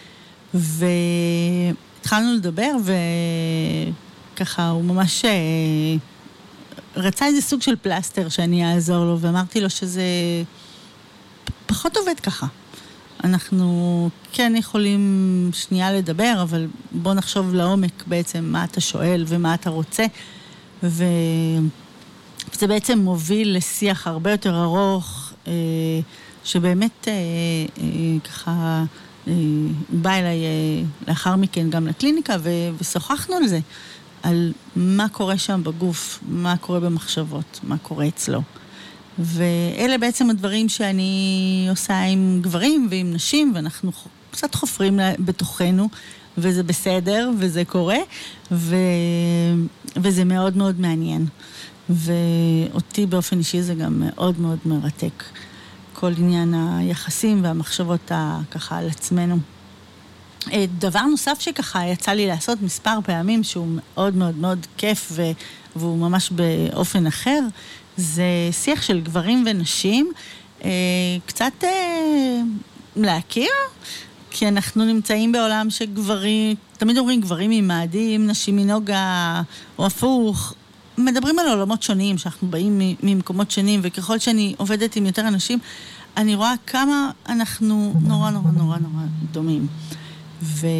והתחלנו לדבר, וככה הוא ממש רצה איזה סוג של פלסטר שאני אעזור לו, ואמרתי לו שזה פחות עובד ככה. אנחנו כן יכולים שנייה לדבר, אבל בוא נחשוב לעומק בעצם מה אתה שואל ומה אתה רוצה. ו... זה בעצם מוביל לשיח הרבה יותר ארוך, אה, שבאמת אה, אה, ככה אה, בא אליי אה, לאחר מכן גם לקליניקה, ו, ושוחחנו על זה, על מה קורה שם בגוף, מה קורה במחשבות, מה קורה אצלו. ואלה בעצם הדברים שאני עושה עם גברים ועם נשים, ואנחנו קצת חופרים בתוכנו, וזה בסדר, וזה קורה, ו... וזה מאוד מאוד מעניין. ואותי באופן אישי זה גם מאוד מאוד מרתק. כל עניין היחסים והמחשבות ככה על עצמנו. דבר נוסף שככה יצא לי לעשות מספר פעמים, שהוא מאוד מאוד מאוד כיף, ו... והוא ממש באופן אחר, זה שיח של גברים ונשים, קצת להכיר, כי אנחנו נמצאים בעולם שגברים, תמיד אומרים גברים ממאדים, נשים מנוגה, או הפוך, מדברים על עולמות שונים, שאנחנו באים ממקומות שונים, וככל שאני עובדת עם יותר אנשים, אני רואה כמה אנחנו נורא נורא נורא נורא דומים. וזה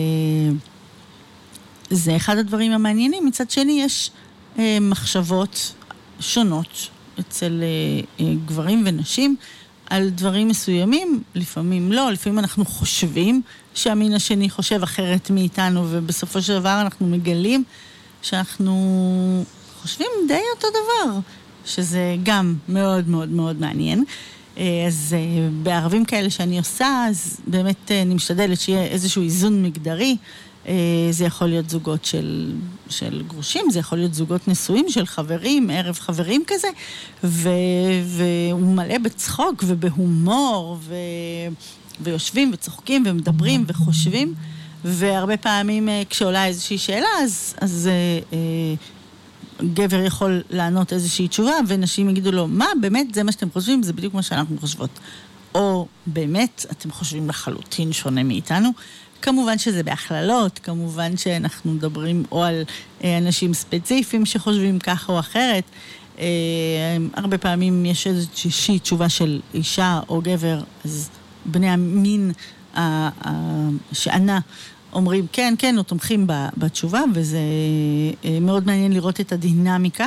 אחד הדברים המעניינים. מצד שני, יש אה, מחשבות שונות אצל אה, אה, גברים ונשים, על דברים מסוימים, לפעמים לא, לפעמים אנחנו חושבים שהמין השני חושב אחרת מאיתנו, ובסופו של דבר אנחנו מגלים שאנחנו חושבים די אותו דבר, שזה גם מאוד מאוד מאוד מעניין. אז בערבים כאלה שאני עושה, אז באמת אני משתדלת שיהיה איזשהו איזון מגדרי. זה יכול להיות זוגות של, של גרושים, זה יכול להיות זוגות נשואים של חברים, ערב חברים כזה, ו, והוא מלא בצחוק ובהומור, ו, ויושבים וצוחקים ומדברים וחושבים, והרבה פעמים כשעולה איזושהי שאלה, אז, אז גבר יכול לענות איזושהי תשובה, ונשים יגידו לו, מה, באמת זה מה שאתם חושבים? זה בדיוק מה שאנחנו חושבות. או באמת, אתם חושבים לחלוטין שונה מאיתנו. כמובן שזה בהכללות, כמובן שאנחנו מדברים או על אנשים ספציפיים שחושבים ככה או אחרת. הרבה פעמים יש איזושהי תשובה של אישה או גבר, אז בני המין שענה אומרים כן, כן, או תומכים בתשובה, וזה מאוד מעניין לראות את הדינמיקה,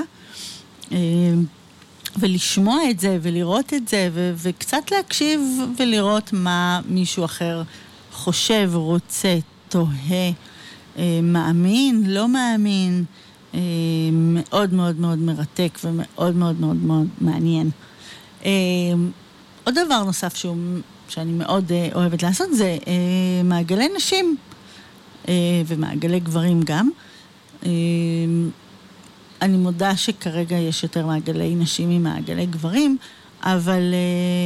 ולשמוע את זה, ולראות את זה, ו- וקצת להקשיב ולראות מה מישהו אחר חושב, רוצה, תוהה, מאמין, לא מאמין, מאוד מאוד מאוד מרתק, ומאוד מאוד מאוד מאוד מעניין. עוד דבר נוסף שהוא, שאני מאוד אוהבת לעשות, זה מעגלי נשים, ומעגלי גברים גם. אני מודה שכרגע יש יותר מעגלי נשים ממעגלי גברים, אבל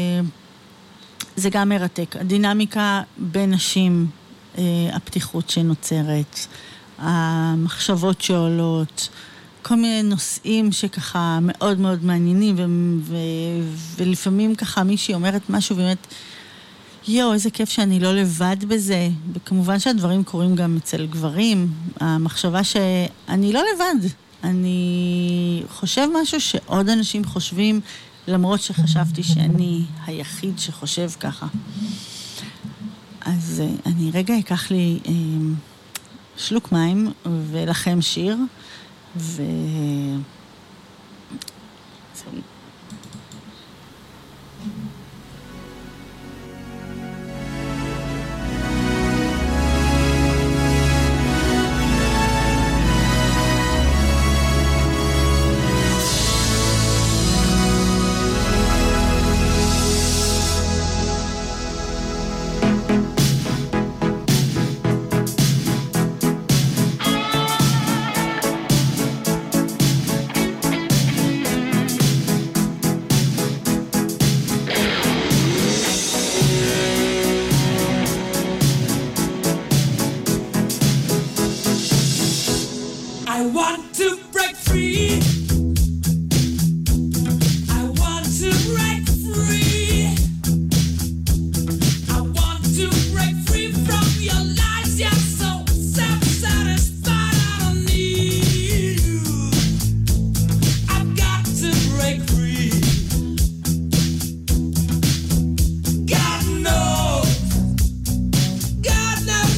זה גם מרתק. הדינמיקה בין נשים, הפתיחות שנוצרת, המחשבות שעולות, כל מיני נושאים שככה מאוד מאוד מעניינים, ו- ו- ולפעמים ככה מישהי אומרת משהו באמת, יו, איזה כיף שאני לא לבד בזה. וכמובן שהדברים קורים גם אצל גברים. המחשבה שאני לא לבד. אני חושב משהו שעוד אנשים חושבים, למרות שחשבתי שאני היחיד שחושב ככה. אז אני רגע אקח לי אה, שלוק מים ולכם שיר, ו...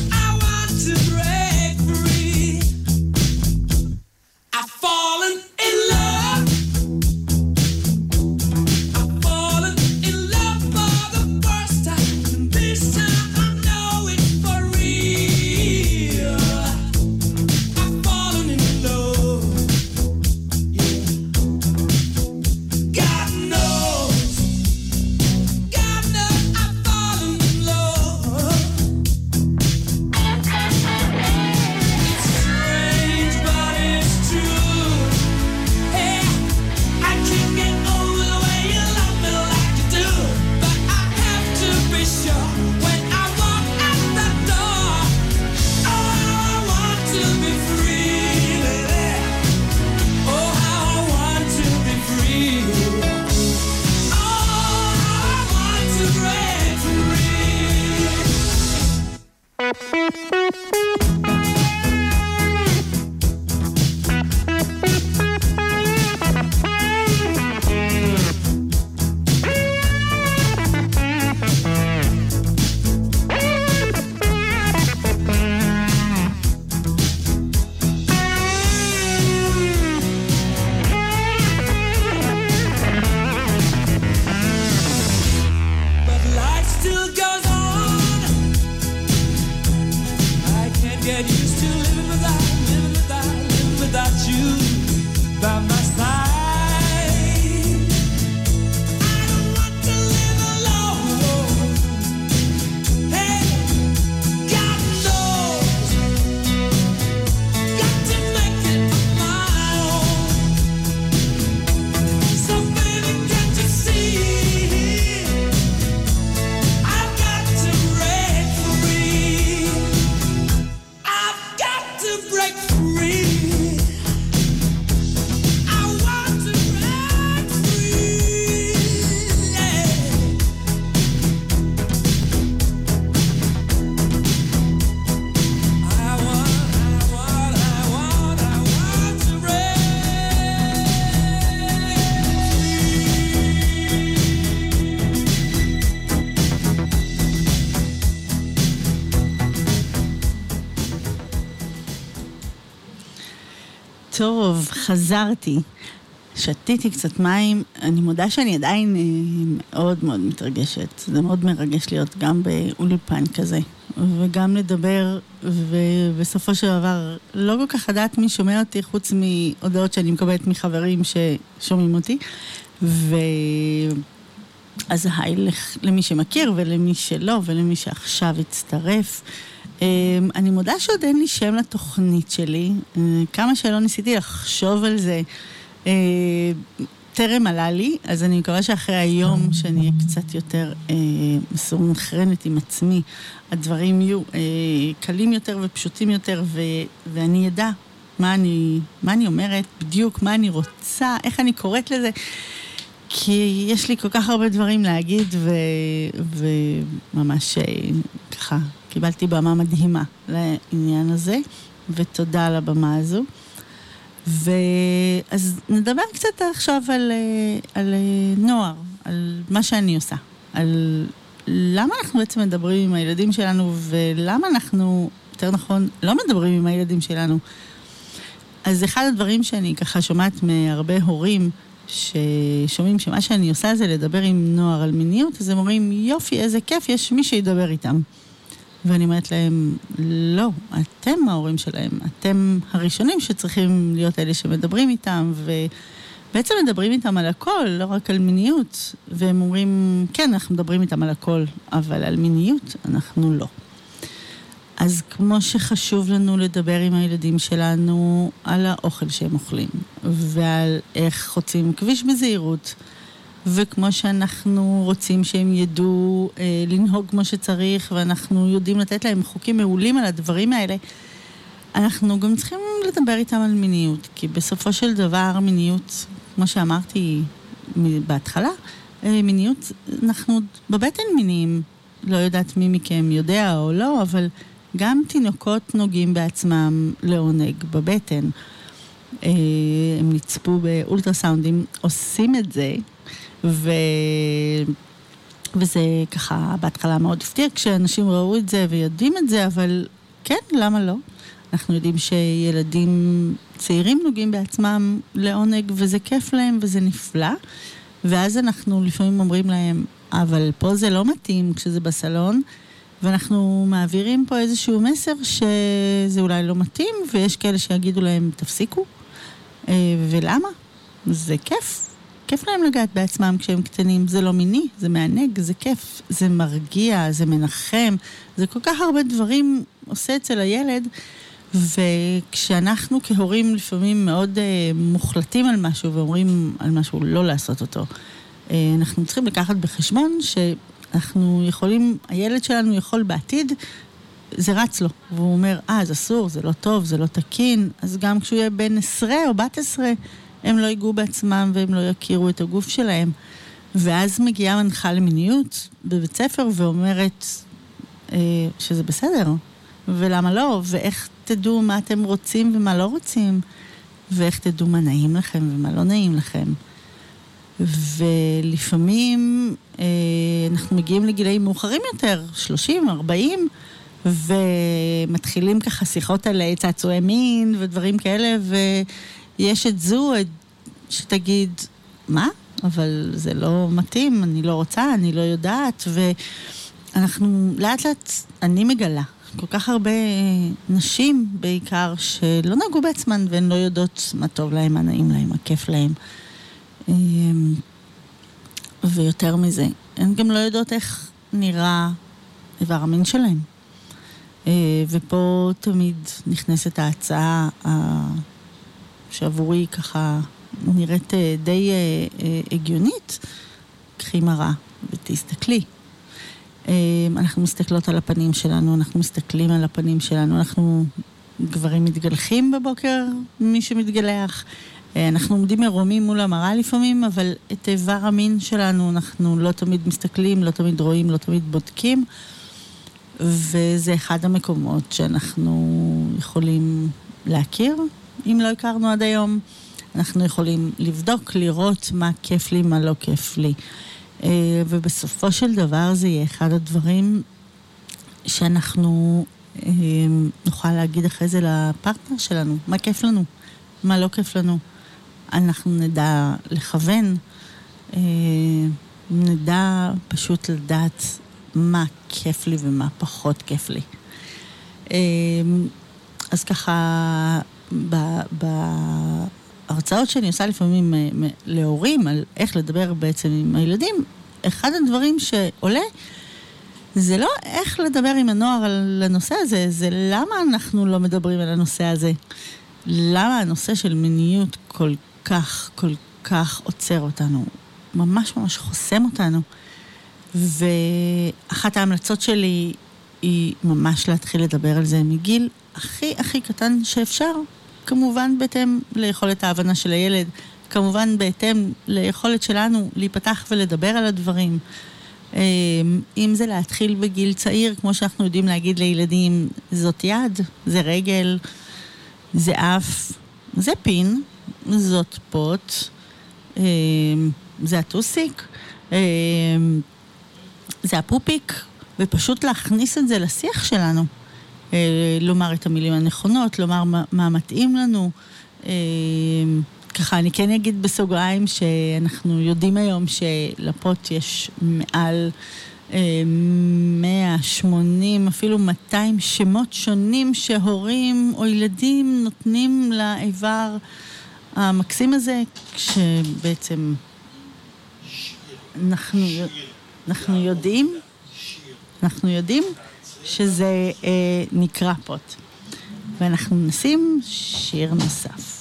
Fallen in טוב, חזרתי. שתיתי קצת מים, אני מודה שאני עדיין מאוד מאוד מתרגשת. זה מאוד מרגש להיות גם באולפן כזה, וגם לדבר, ובסופו של דבר לא כל כך לדעת מי שומע אותי, חוץ מהודעות שאני מקבלת מחברים ששומעים אותי. ו... אז היי למי שמכיר ולמי שלא, ולמי שעכשיו הצטרף. אני מודה שעוד אין לי שם לתוכנית שלי, כמה שלא ניסיתי לחשוב על זה, טרם עלה לי, אז אני מקווה שאחרי היום שאני אהיה קצת יותר מסונכרנת עם עצמי, הדברים יהיו קלים יותר ופשוטים יותר, ואני ידע מה אני, מה אני אומרת, בדיוק מה אני רוצה, איך אני קוראת לזה, כי יש לי כל כך הרבה דברים להגיד, ו... וממש ככה קיבלתי במה מדהימה לעניין הזה, ותודה על הבמה הזו. ואז נדבר קצת עכשיו על, על נוער, על מה שאני עושה, על למה אנחנו בעצם מדברים עם הילדים שלנו, ולמה אנחנו, יותר נכון, לא מדברים עם הילדים שלנו. אז אחד הדברים שאני ככה שומעת מהרבה הורים, ששומעים שמה שאני עושה זה לדבר עם נוער על מיניות, אז הם אומרים, יופי, איזה כיף, יש מי שידבר איתם. ואני אומרת להם, לא, אתם ההורים שלהם, אתם הראשונים שצריכים להיות אלה שמדברים איתם, ובעצם מדברים איתם על הכל, לא רק על מיניות. והם אומרים, כן, אנחנו מדברים איתם על הכל, אבל על מיניות אנחנו לא. אז כמו שחשוב לנו לדבר עם הילדים שלנו על האוכל שהם אוכלים, ועל איך חוצים כביש בזהירות, וכמו שאנחנו רוצים שהם ידעו אה, לנהוג כמו שצריך, ואנחנו יודעים לתת להם חוקים מעולים על הדברים האלה, אנחנו גם צריכים לדבר איתם על מיניות, כי בסופו של דבר מיניות, כמו שאמרתי בהתחלה, אה, מיניות, אנחנו בבטן מיניים, לא יודעת מי מכם יודע או לא, אבל גם תינוקות נוגעים בעצמם לעונג בבטן. אה, הם נצפו באולטרסאונדים, עושים את זה, ו... וזה ככה בהתחלה מאוד הפתיע כשאנשים ראו את זה ויודעים את זה, אבל כן, למה לא? אנחנו יודעים שילדים צעירים נוגעים בעצמם לעונג, וזה כיף להם וזה נפלא, ואז אנחנו לפעמים אומרים להם, אבל פה זה לא מתאים כשזה בסלון, ואנחנו מעבירים פה איזשהו מסר שזה אולי לא מתאים, ויש כאלה שיגידו להם, תפסיקו, ולמה? זה כיף. כיף להם לגעת בעצמם כשהם קטנים, זה לא מיני, זה מענג, זה כיף, זה מרגיע, זה מנחם, זה כל כך הרבה דברים עושה אצל הילד, וכשאנחנו כהורים לפעמים מאוד uh, מוחלטים על משהו ואומרים על משהו לא לעשות אותו, uh, אנחנו צריכים לקחת בחשבון שאנחנו יכולים, הילד שלנו יכול בעתיד, זה רץ לו, והוא אומר, אה, זה אסור, זה לא טוב, זה לא תקין, אז גם כשהוא יהיה בן עשרה או בת עשרה, הם לא ייגעו בעצמם והם לא יכירו את הגוף שלהם. ואז מגיעה מנחה למיניות בבית ספר ואומרת אה, שזה בסדר, ולמה לא, ואיך תדעו מה אתם רוצים ומה לא רוצים, ואיך תדעו מה נעים לכם ומה לא נעים לכם. ולפעמים אה, אנחנו מגיעים לגילאים מאוחרים יותר, שלושים, ארבעים, ומתחילים ככה שיחות על צעצועי מין ודברים כאלה, ו... יש את זו שתגיד, מה? אבל זה לא מתאים, אני לא רוצה, אני לא יודעת, ואנחנו לאט לאט, אני מגלה, כל כך הרבה נשים בעיקר, שלא נגעו בעצמן, והן לא יודעות מה טוב להם, מה נעים להם, מה כיף להם. ויותר מזה, הן גם לא יודעות איך נראה איבר המין שלהם. ופה תמיד נכנסת ההצעה שעבורי ככה נראית די הגיונית, קחי מראה ותסתכלי. אנחנו מסתכלות על הפנים שלנו, אנחנו מסתכלים על הפנים שלנו, אנחנו גברים מתגלחים בבוקר, מי שמתגלח, אנחנו עומדים מרומים מול המראה לפעמים, אבל את איבר המין שלנו אנחנו לא תמיד מסתכלים, לא תמיד רואים, לא תמיד בודקים, וזה אחד המקומות שאנחנו יכולים להכיר, אם לא הכרנו עד היום. אנחנו יכולים לבדוק, לראות מה כיף לי, מה לא כיף לי. ובסופו של דבר זה יהיה אחד הדברים שאנחנו נוכל להגיד אחרי זה לפרטנר שלנו, מה כיף לנו, מה לא כיף לנו. אנחנו נדע לכוון, נדע פשוט לדעת מה כיף לי ומה פחות כיף לי. אז ככה, בהרצאות שאני עושה לפעמים להורים על איך לדבר בעצם עם הילדים, אחד הדברים שעולה, זה לא איך לדבר עם הנוער על הנושא הזה, זה למה אנחנו לא מדברים על הנושא הזה. למה הנושא של מיניות כל כך, כל כך עוצר אותנו, ממש ממש חוסם אותנו. ואחת ההמלצות שלי היא ממש להתחיל לדבר על זה מגיל הכי הכי קטן שאפשר, כמובן בהתאם ליכולת ההבנה של הילד, כמובן בהתאם ליכולת שלנו להיפתח ולדבר על הדברים. אם זה להתחיל בגיל צעיר, כמו שאנחנו יודעים להגיד לילדים, זאת יד, זה רגל, זה אף, זה פין, זאת פוט, זה הטוסיק, זה הפופיק, ופשוט להכניס את זה לשיח שלנו. לומר את המילים הנכונות, לומר מה, מה מתאים לנו. ככה, אני כן אגיד בסוגריים שאנחנו יודעים היום שלפוט יש מעל מאה ושמונים, אפילו מאתיים שמות שונים שהורים או ילדים נותנים לאיבר המקסים הזה, כשבעצם אנחנו, אנחנו יודעים, אנחנו יודעים שזה אה, נקרא פוט. ואנחנו נשים שיר נוסף.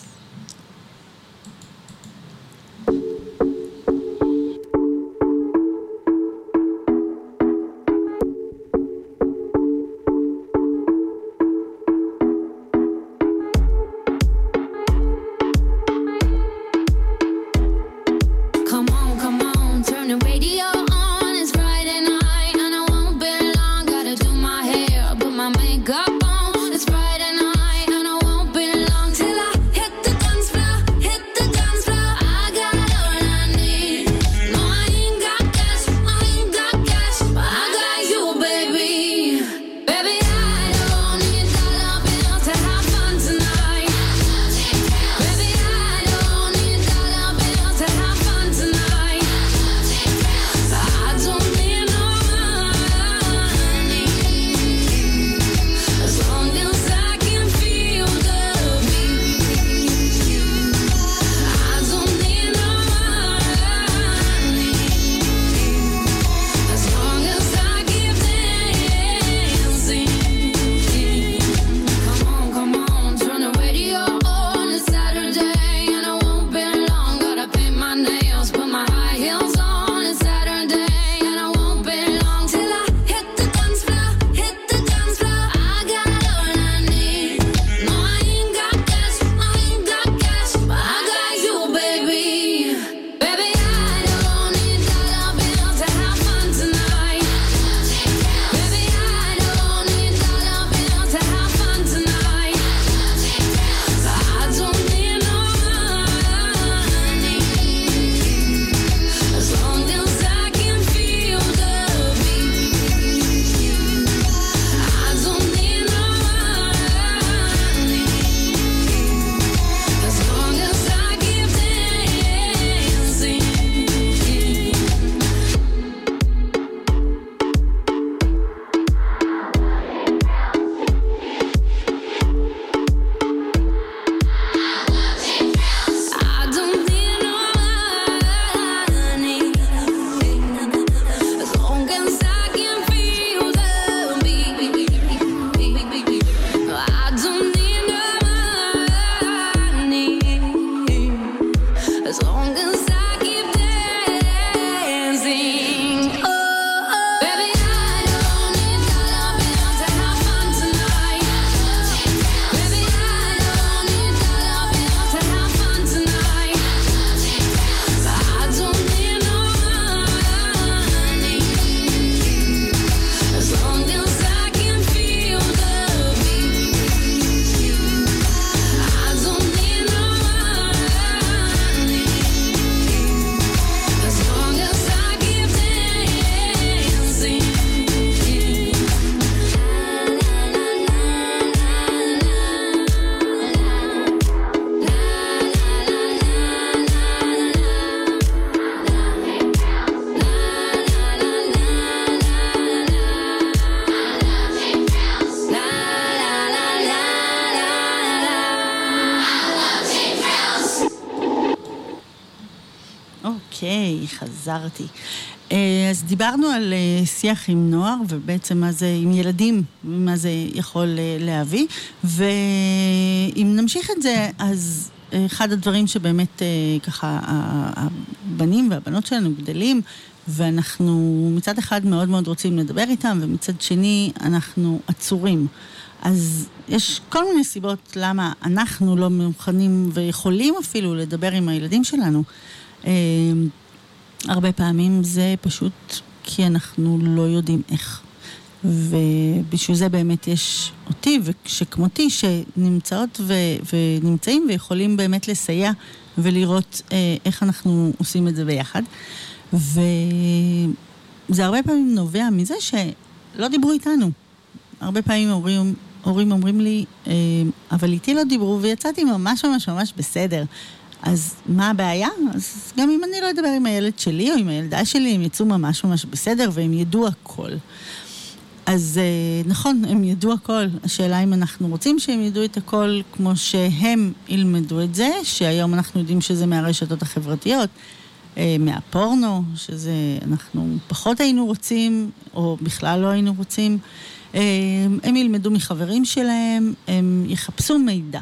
אוקיי, חזרתי. אז דיברנו על שיח עם נוער, ובעצם מה זה, עם ילדים, מה זה יכול להביא, ואם נמשיך את זה, אז אחד הדברים שבאמת ככה, הבנים והבנות שלנו גדלים, ואנחנו מצד אחד מאוד מאוד רוצים לדבר איתם, ומצד שני אנחנו עצורים. אז יש כל מיני סיבות למה אנחנו לא מוכנים ויכולים אפילו לדבר עם הילדים שלנו. הרבה פעמים זה פשוט כי אנחנו לא יודעים איך. ובשביל זה באמת יש אותי ושכמותי שנמצאות ו- ונמצאים ויכולים באמת לסייע ולראות איך אנחנו עושים את זה ביחד. וזה הרבה פעמים נובע מזה שלא דיברו איתנו. הרבה פעמים הורים, הורים אומרים לי, אבל איתי לא דיברו ויצאתי ממש ממש ממש בסדר. אז מה הבעיה? אז גם אם אני לא אדבר עם הילד שלי או עם הילדה שלי, הם יצאו ממש ממש בסדר והם ידעו הכל. אז נכון, הם ידעו הכל. השאלה אם אנחנו רוצים שהם ידעו את הכל כמו שהם ילמדו את זה, שהיום אנחנו יודעים שזה מהרשתות החברתיות, מהפורנו, שזה אנחנו פחות היינו רוצים, או בכלל לא היינו רוצים. הם ילמדו מחברים שלהם, הם יחפשו מידע.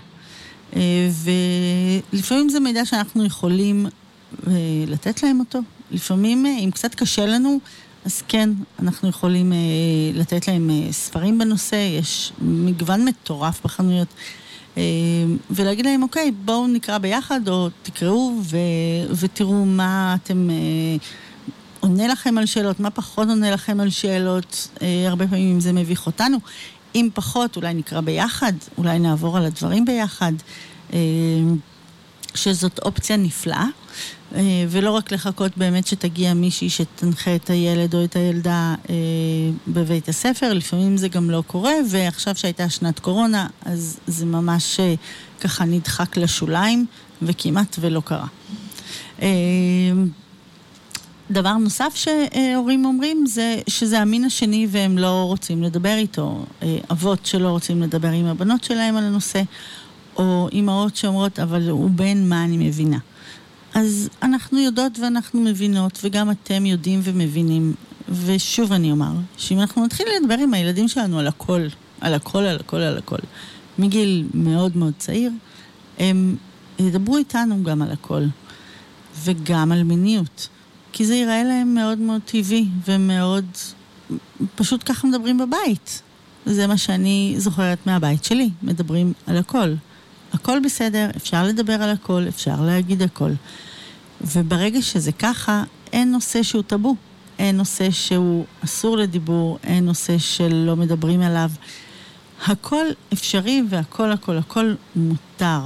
ולפעמים זה מידע שאנחנו יכולים לתת להם אותו. לפעמים, אם קצת קשה לנו, אז כן, אנחנו יכולים לתת להם ספרים בנושא, יש מגוון מטורף בחנויות, ולהגיד להם, אוקיי, בואו נקרא ביחד, או תקראו ו... ותראו מה אתם... עונה לכם על שאלות, מה פחות עונה לכם על שאלות, הרבה פעמים אם זה מביך אותנו. אם פחות, אולי נקרא ביחד, אולי נעבור על הדברים ביחד, שזאת אופציה נפלאה, ולא רק לחכות באמת שתגיע מישהי שתנחה את הילד או את הילדה בבית הספר, לפעמים זה גם לא קורה, ועכשיו שהייתה שנת קורונה, אז זה ממש ככה נדחק לשוליים, וכמעט ולא קרה. דבר נוסף שהורים אומרים זה שזה המין השני והם לא רוצים לדבר איתו, אבות שלא רוצים לדבר עם הבנות שלהם על הנושא, או אמהות שאומרות, אבל הוא בן, מה אני מבינה? אז אנחנו יודעות ואנחנו מבינות, וגם אתם יודעים ומבינים, ושוב אני אומר, שאם אנחנו נתחיל לדבר עם הילדים שלנו על הכל, על הכל, על הכל, על הכל, מגיל מאוד מאוד צעיר, הם ידברו איתנו גם על הכל, וגם על מיניות. כי זה ייראה להם מאוד מאוד טבעי, ומאוד, פשוט ככה מדברים בבית. זה מה שאני זוכרת מהבית שלי, מדברים על הכל. הכל בסדר, אפשר לדבר על הכל, אפשר להגיד הכל. וברגע שזה ככה, אין נושא שהוא טאבו, אין נושא שהוא אסור לדיבור, אין נושא שלא מדברים עליו. הכל אפשרי והכל, הכל, הכל מותר.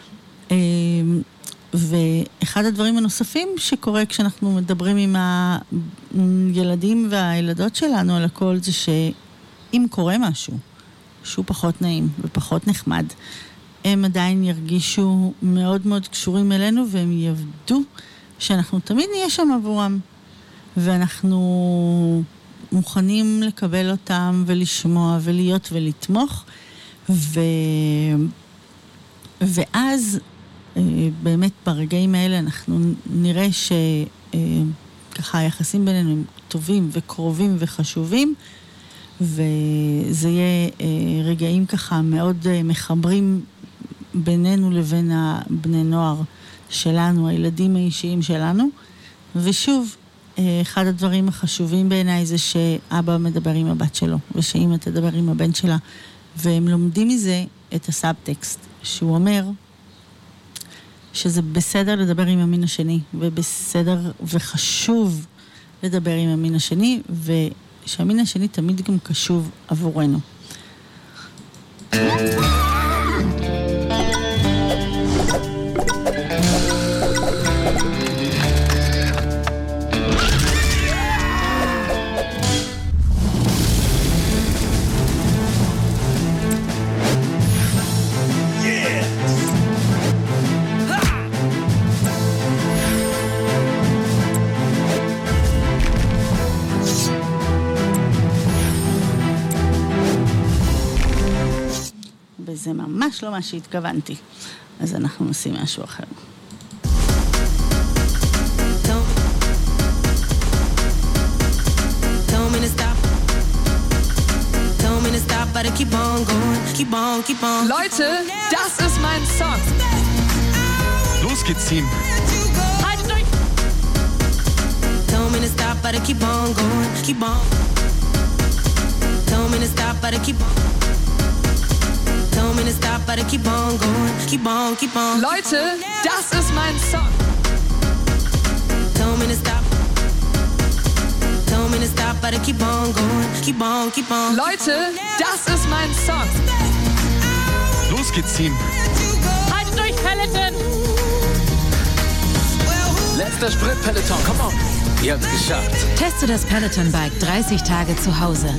ואחד הדברים הנוספים שקורה כשאנחנו מדברים עם הילדים והילדות שלנו על הכל, זה שאם קורה משהו שהוא פחות נעים ופחות נחמד, הם עדיין ירגישו מאוד מאוד קשורים אלינו, והם יעבדו שאנחנו תמיד נהיה שם עבורם, ואנחנו מוכנים לקבל אותם ולשמוע ולהיות ולתמוך, ו... ואז באמת ברגעים האלה אנחנו נראה שככה היחסים בינינו הם טובים וקרובים וחשובים, וזה יהיה רגעים ככה מאוד מחברים בינינו לבין הבני נוער שלנו, הילדים האישיים שלנו. ושוב, אחד הדברים החשובים בעיניי זה שאבא מדבר עם הבת שלו, ושאמא תדבר עם הבן שלה, והם לומדים מזה את הסאבטקסט, שהוא אומר שזה בסדר לדבר עם המין השני, ובסדר וחשוב לדבר עם המין השני, ושהמין השני תמיד גם קשוב עבורנו. זה ממש לא מה שהתכוונתי. אז אנחנו עושים משהו אחר. Don't but I keep on going, keep on, keep on. Leute, das ist mein Song. Los geht's, Team. Haltet euch. Told me to stop, but I keep on going, keep on. Told me to stop, but I keep on. Told me to stop, but I keep on going, keep on, keep on. Leute, das ist mein Song. Told me to stop. Told me to stop, but I keep on going, keep on, keep on. Leute, das ist mein Song. Los geht's, Team. Haltet euch, Peloton. Letzter Sprint, Peloton, komm on. Ihr habt's geschafft. Teste das Peloton-Bike dreißig Tage zu Hause.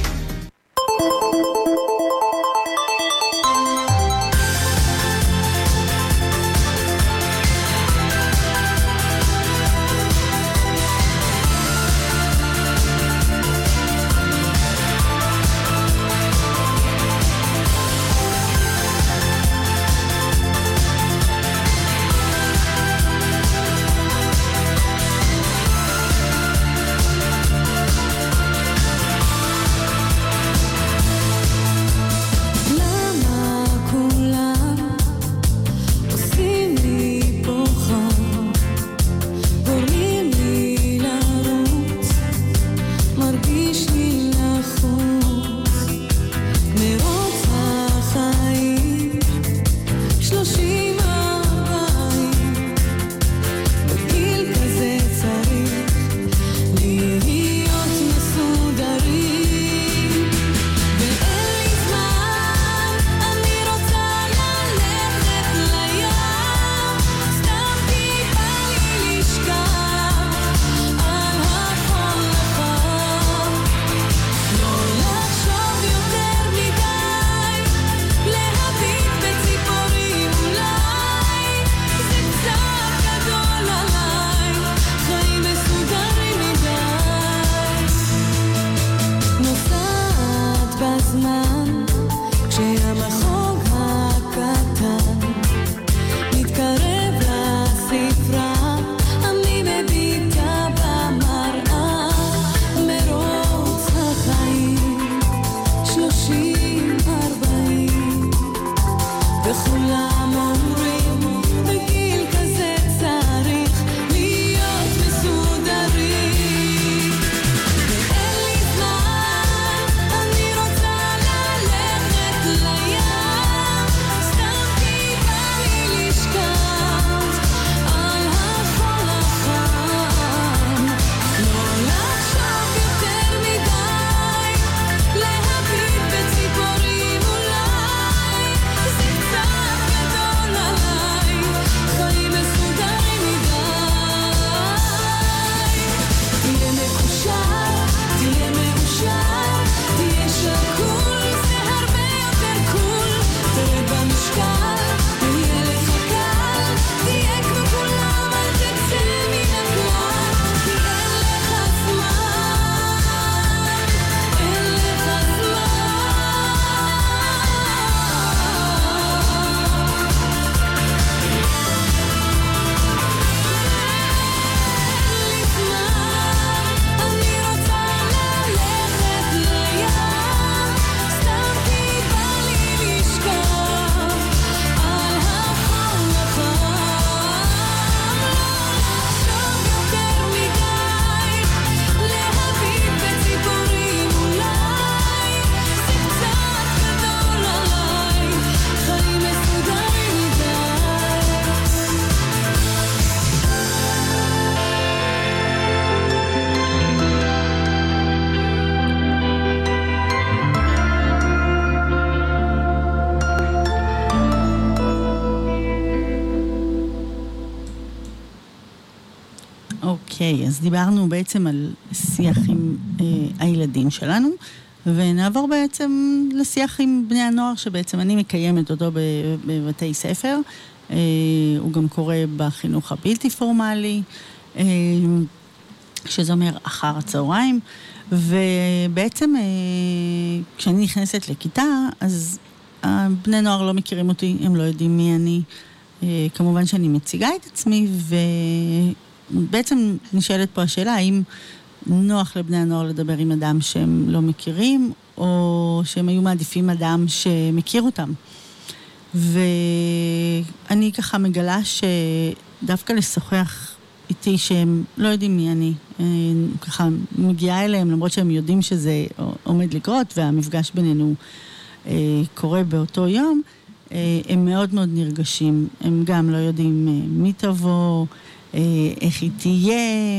אוקיי, אז דיברנו בעצם על שיח עם אה, הילדים שלנו, ונעבור בעצם לשיח עם בני הנוער, שבעצם אני מקיימת אותו בבתי ספר. אה, הוא גם קורה בחינוך הבלתי פורמלי, אה, שזה אומר אחר הצהריים, ובעצם אה, כשאני נכנסת לכיתה, אז בני נוער לא מכירים אותי, הם לא יודעים מי אני. אה, כמובן שאני מציגה את עצמי, ובעצם נשאלת פה השאלה, האם נוח לבני הנוער לדבר עם אדם שהם לא מכירים, או שהם היו מעדיפים אדם שמכיר אותם. ואני ככה מגלה שדווקא לשוחח איתי שהם לא יודעים מי אני, ככה מגיעה אליהם למרות שהם יודעים שזה עומד לקרות והמפגש בינינו קורה באותו יום, הם מאוד מאוד נרגשים, הם גם לא יודעים מי תבוא, איך היא תהיה,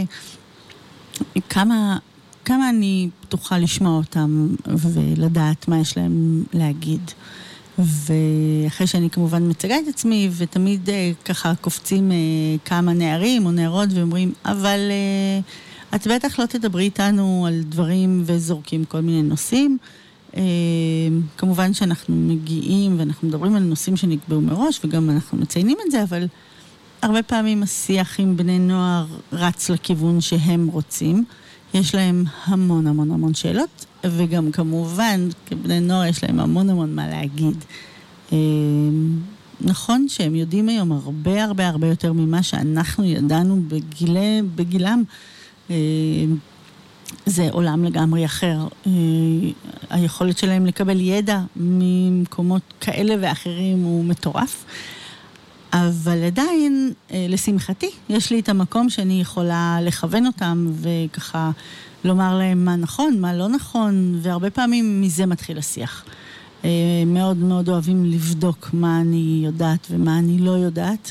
כמה, כמה אני פתוחה לשמוע אותם ולדעת מה יש להם להגיד. ואחרי שאני כמובן מצגה את עצמי, ותמיד ככה קופצים כמה נערים או נערות ואומרים, אבל את בטח לא תדברי איתנו על דברים וזורקים כל מיני נושאים. כמובן שאנחנו מגיעים ואנחנו מדברים על נושאים שנקבעו מראש, וגם אנחנו מציינים את זה, אבל הרבה פעמים השיח עם בני נוער רץ לכיוון שהם רוצים. יש להם המון המון המון שאלות, וגם כמובן, כבני נוער יש להם המון המון מה להגיד. נכון שהם יודעים היום הרבה הרבה הרבה יותר ממה שאנחנו ידענו בגילי, בגילם. זה עולם לגמרי אחר. היכולת שלהם לקבל ידע ממקומות כאלה ואחרים הוא מטורף. אבל עדיין, לשמחתי, יש לי את המקום שאני יכולה לכוון אותם וככה לומר להם מה נכון, מה לא נכון, והרבה פעמים מזה מתחיל השיח. מאוד מאוד אוהבים לבדוק מה אני יודעת ומה אני לא יודעת.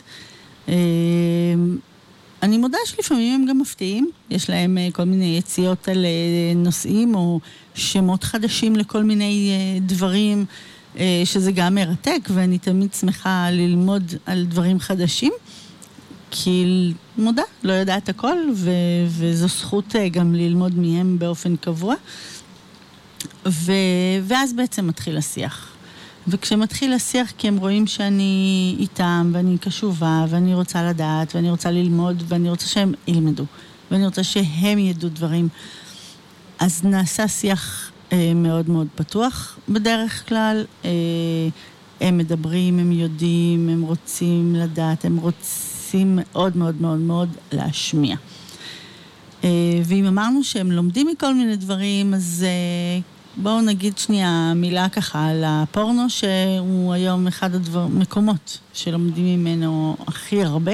אני מודה שלפעמים הם גם מפתיעים, יש להם כל מיני יציאות על נושאים או שמות חדשים לכל מיני דברים, שזה גם מרתק, ואני תמיד שמחה ללמוד על דברים חדשים, כי מודה, לא יודעת הכל, ו- וזו זכות גם ללמוד מהם באופן קבוע, ו- ואז בעצם מתחיל השיח. וכשמתחיל השיח, כי הם רואים שאני איתם, ואני קשובה, ואני רוצה לדעת, ואני רוצה ללמוד, ואני רוצה שהם ילמדו, ואני רוצה שהם ידעו דברים, אז נעשה שיח מאוד מאוד פתוח בדרך כלל. הם מדברים, הם יודעים, הם רוצים לדעת, הם רוצים מאוד מאוד מאוד מאוד להשמיע. ואם אמרנו שהם לומדים מכל מיני דברים, אז בואו נגיד שנייה מילה ככה על הפורנו, שהוא היום אחד המקומות שלומדים ממנו הכי הרבה.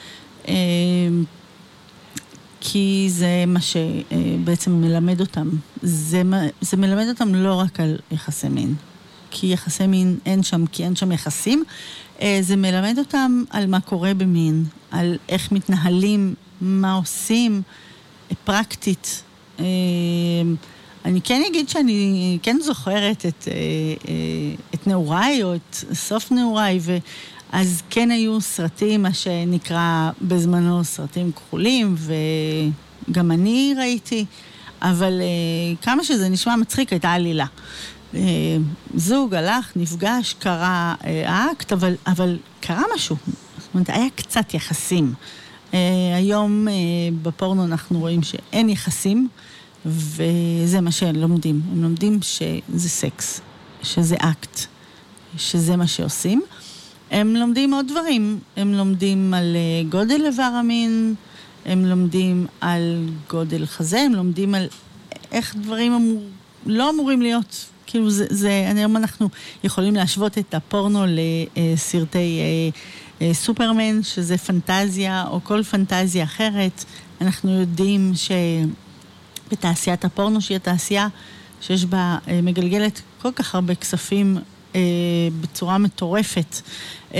כי זה מה שבעצם מלמד אותם. זה, זה מלמד אותם לא רק על יחסי מין. כי יחסי מין אין שם, כי אין שם יחסים. זה מלמד אותם על מה קורה במין, על איך מתנהלים, מה עושים, פרקטית. אני כן אגיד שאני כן זוכרת את, את נעוריי או את סוף נעוריי, ו... אז כן היו סרטים, מה שנקרא בזמנו סרטים כחולים, וגם אני ראיתי, אבל uh, כמה שזה נשמע מצחיק, הייתה עלילה. Uh, זוג הלך, נפגש, קרה uh, האקט, אבל, אבל קרה משהו. זאת אומרת, היה קצת יחסים. Uh, היום uh, בפורנו אנחנו רואים שאין יחסים, וזה מה שהם לומדים. הם לומדים שזה סקס, שזה אקט, שזה מה שעושים. הם לומדים עוד דברים, הם לומדים על גודל איבר המין, הם לומדים על גודל חזה, הם לומדים על איך דברים אמור, לא אמורים להיות. כאילו זה, זה, היום אנחנו יכולים להשוות את הפורנו לסרטי אה, סופרמן, שזה פנטזיה או כל פנטזיה אחרת. אנחנו יודעים שבתעשיית הפורנו, שהיא התעשייה שיש בה אה, מגלגלת כל כך הרבה כספים אה, בצורה מטורפת. אה,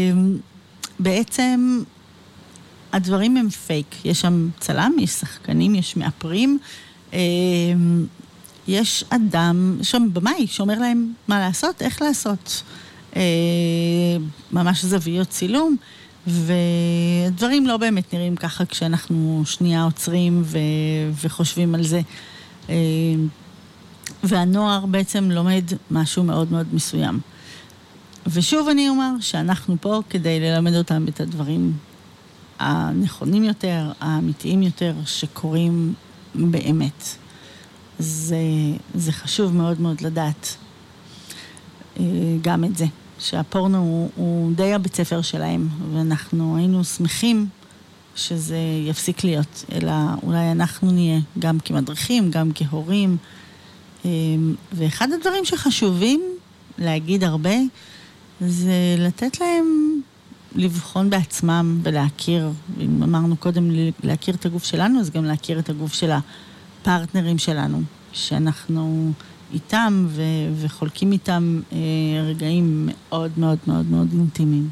בעצם הדברים הם פייק. יש שם צלם, יש שחקנים, יש מאפרים, אה, יש אדם, שם במאי, שאומר להם מה לעשות, איך לעשות. אה, ממש זוויות צילום, ודברים לא באמת נראים ככה כשאנחנו שנייה עוצרים ו, וחושבים על זה. אה, והנוער בעצם לומד משהו מאוד מאוד מסוים. ושוב אני אומר שאנחנו פה כדי ללמד אותם את הדברים הנכונים יותר, האמיתיים יותר, שקורים באמת. זה, זה חשוב מאוד מאוד לדעת גם את זה, שהפורנו הוא, הוא די הבית ספר שלהם, ואנחנו היינו שמחים שזה יפסיק להיות, אלא אולי אנחנו נהיה גם כמדריכים, גם כהורים, ואחד הדברים שחשובים להגיד הרבה, זה לתת להם לבחון בעצמם ולהכיר. אם אמרנו קודם להכיר את הגוף שלנו, אז גם להכיר את הגוף של הפרטנרים שלנו, שאנחנו איתם ו- וחולקים איתם אה, רגעים מאוד מאוד מאוד מאוד אינטימיים.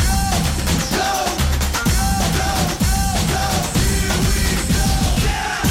Go!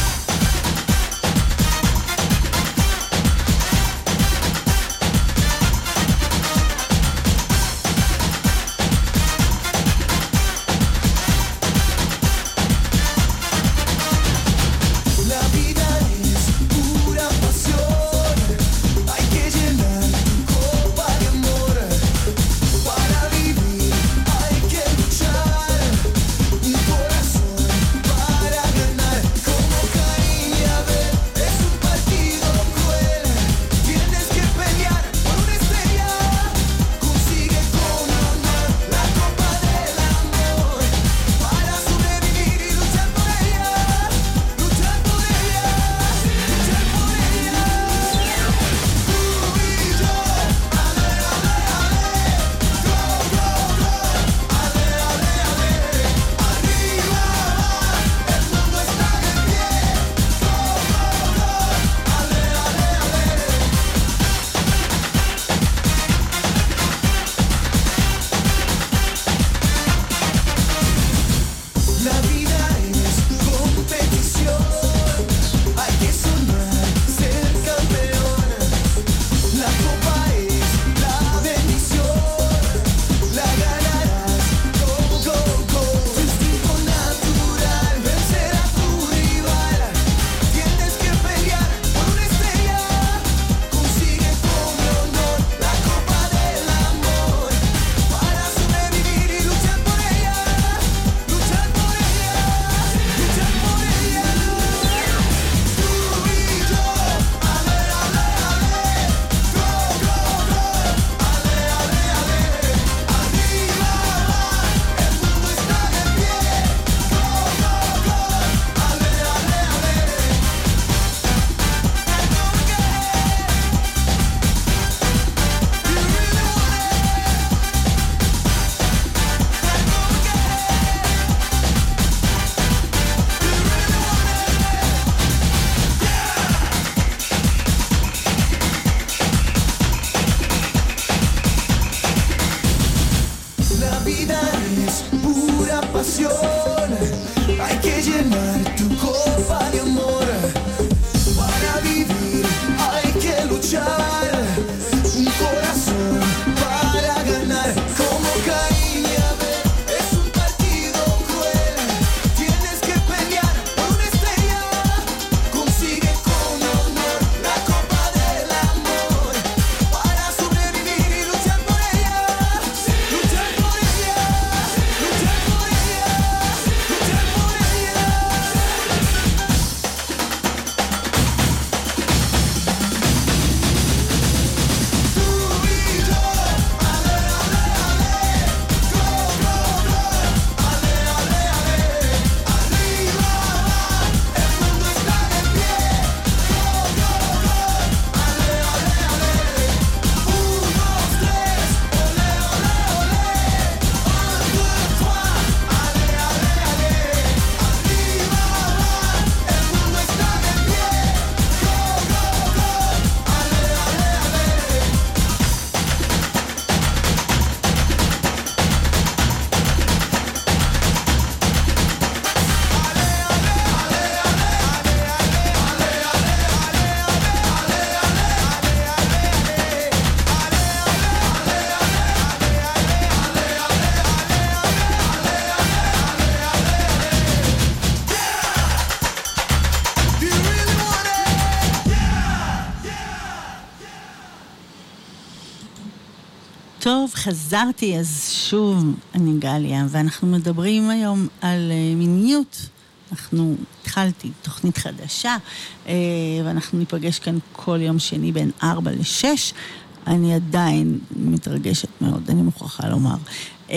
טוב, חזרתי, אז שוב אני גליה, ואנחנו מדברים היום על uh, מיניות. אנחנו התחלתי תוכנית חדשה, uh, ואנחנו ניפגש כאן כל יום שני בין ארבע לשש. אני עדיין מתרגשת מאוד, אני מוכרחה לומר. Uh,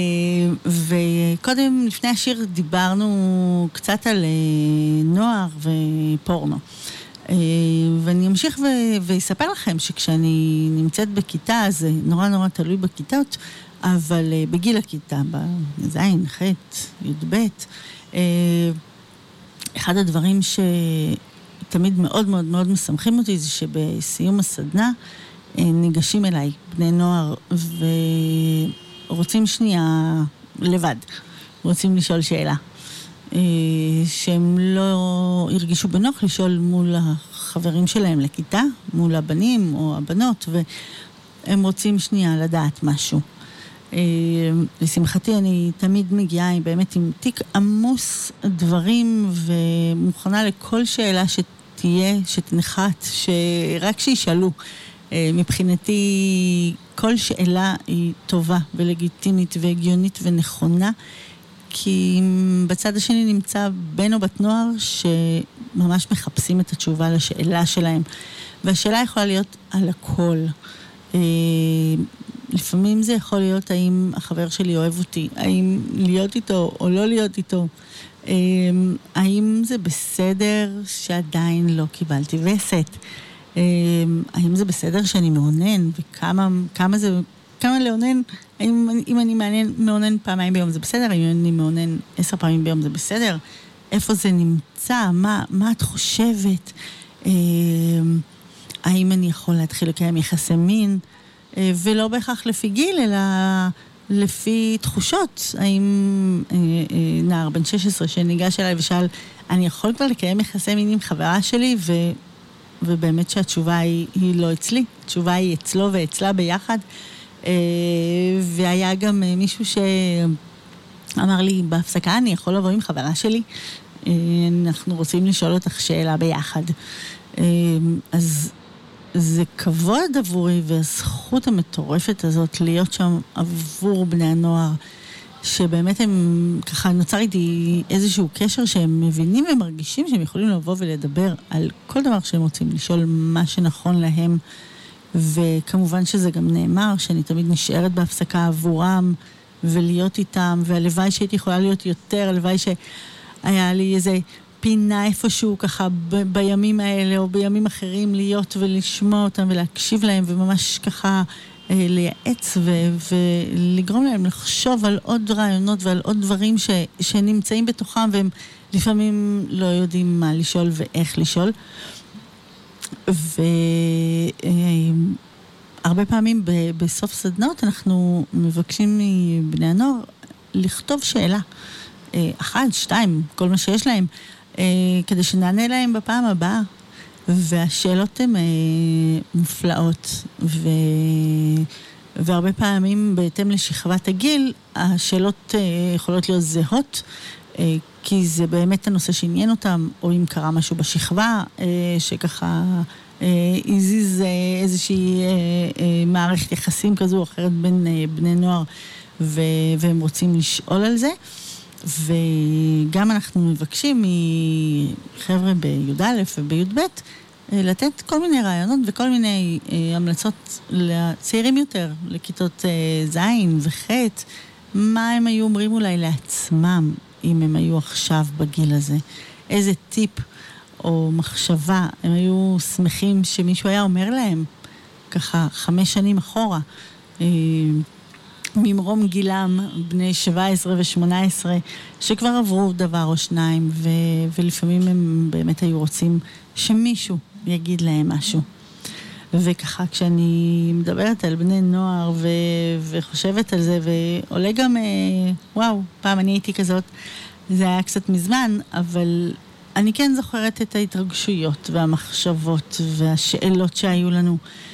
וקודם, לפני השיר, דיברנו קצת על uh, נוער ופורנו. ואני אמשיך ויספר לכם שכשאני נמצאת בכיתה, זה נורא נורא תלוי בכיתות, אבל בגיל הכיתה, בזין, ח', י' ב', אחד הדברים שתמיד מאוד מאוד מאוד משמחים אותי, זה שבסיום הסדנה ניגשים אליי בני נוער ורוצים שנייה לבד, רוצים לשאול שאלה. שהם לא הרגישו בנוח לשאול מול החברים שלהם לכיתה, מול הבנים או הבנות, והם רוצים שנייה לדעת משהו. לשמחתי אני תמיד מגיעה באמת עם תיק עמוס דברים, ומוכנה לכל שאלה שתהיה, שתנחת, שרק שישאלו. מבחינתי כל שאלה היא טובה ולגיטימית והגיונית ונכונה, כי בצד השני נמצא בן או בת נוער שממש מחפשים את התשובה לשאלה שלהם. והשאלה יכולה להיות על הכל. לפעמים זה יכול להיות האם החבר שלי אוהב אותי, האם להיות איתו או לא להיות איתו, האם זה בסדר שעדיין לא קיבלתי וסת, האם זה בסדר שאני מעונן, וכמה כמה זה... כמה לעונן, אם, אם אני מעונן, מעונן פעמיים ביום זה בסדר, אם אני מעונן עשר פעמים ביום זה בסדר, איפה זה נמצא, מה, מה את חושבת, אה, האם אני יכול להתחיל לקיים יחסי מין, אה, ולא בהכרח לפי גיל, אלא לפי תחושות, האם אה, אה, נער בן שש עשרה שניגש אליי ושאל, אני יכול כבר לקיים יחסי מין עם חברה שלי, ו, ובאמת שהתשובה היא, היא לא אצלי, התשובה היא אצלו ואצלה ביחד, והיה גם מישהו שאמר לי בהפסקה, אני יכול לבוא עם חברה שלי, אנחנו רוצים לשאול אותך שאלה ביחד. אז זה כבוד עבורי, והזכות המטורפת הזאת להיות שם עבור בני הנוער, שבאמת הם, ככה נוצר איתי איזשהו קשר שהם מבינים ומרגישים שהם יכולים לבוא ולדבר על כל דבר שהם רוצים, לשאול מה שנכון להם, וכמובן שזה גם נאמר שאני תמיד נשארת בהפסקה עבורם ולהיות איתם, והלוואי שהייתי יכולה להיות יותר, הלוואי שהיה לי איזה פינה איפשהו ככה ב- בימים האלה או בימים אחרים להיות ולשמוע אותם ולהקשיב להם וממש ככה אה, לייעץ ו- ולגרום להם לחשוב על עוד רעיונות ועל עוד דברים ש- שנמצאים בתוכם, והם לפעמים לא יודעים מה לשאול ואיך לשאול. והרבה פעמים בסוף סדנות אנחנו מבקשים מבני הנוער לכתוב שאלה, אחת, שתיים, כל מה שיש להם, כדי שנענה להם בפעם הבאה. והשאלות הן מופלאות, ו... והרבה פעמים בהתאם לשכבת הגיל, השאלות יכולות להיות זהות, כי זה באמת הנושא שעניין אותם, או אם קרה משהו בשכבה, שככה הזיז איזושהי מערכת יחסים כזו או אחרת בין בני נוער, והם רוצים לשאול על זה. וגם אנחנו מבקשים מחבר'ה בי"א ובי"ב לתת כל מיני רעיונות וכל מיני המלצות לצעירים יותר, לכיתות זין וחט, מה הם היו אומרים אולי לעצמם אם הם היו עכשיו בגיל הזה, איזה טיפ או מחשבה הם היו שמחים שמישהו היה אומר להם ככה חמש שנים אחורה, ממרום גילם, בני שבע עשרה ושמונה עשרה, שכבר עברו דבר או שניים, ו- ולפעמים הם באמת היו רוצים שמישהו יגיד להם משהו. וככה כשאני מדברת על בני נוער ו- וחושבת על זה, ועולה גם, וואו, פעם אני הייתי כזאת, זה היה קצת מזמן, אבל אני כן זוכרת את ההתרגשויות והמחשבות והשאלות שהיו לנו.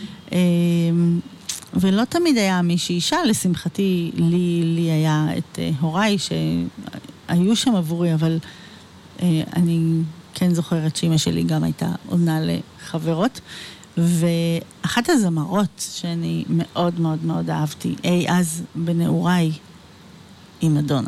ולא תמיד היה מישהי אישה, לשמחתי לי, לי היה את uh, הוריי שהיו שם עבורי, אבל uh, אני כן זוכרת שאמא שלי גם הייתה עונה לחברות, ואחת הזמרות שאני מאוד מאוד מאוד אהבתי, אי אז בנעוריי, היא מדונה.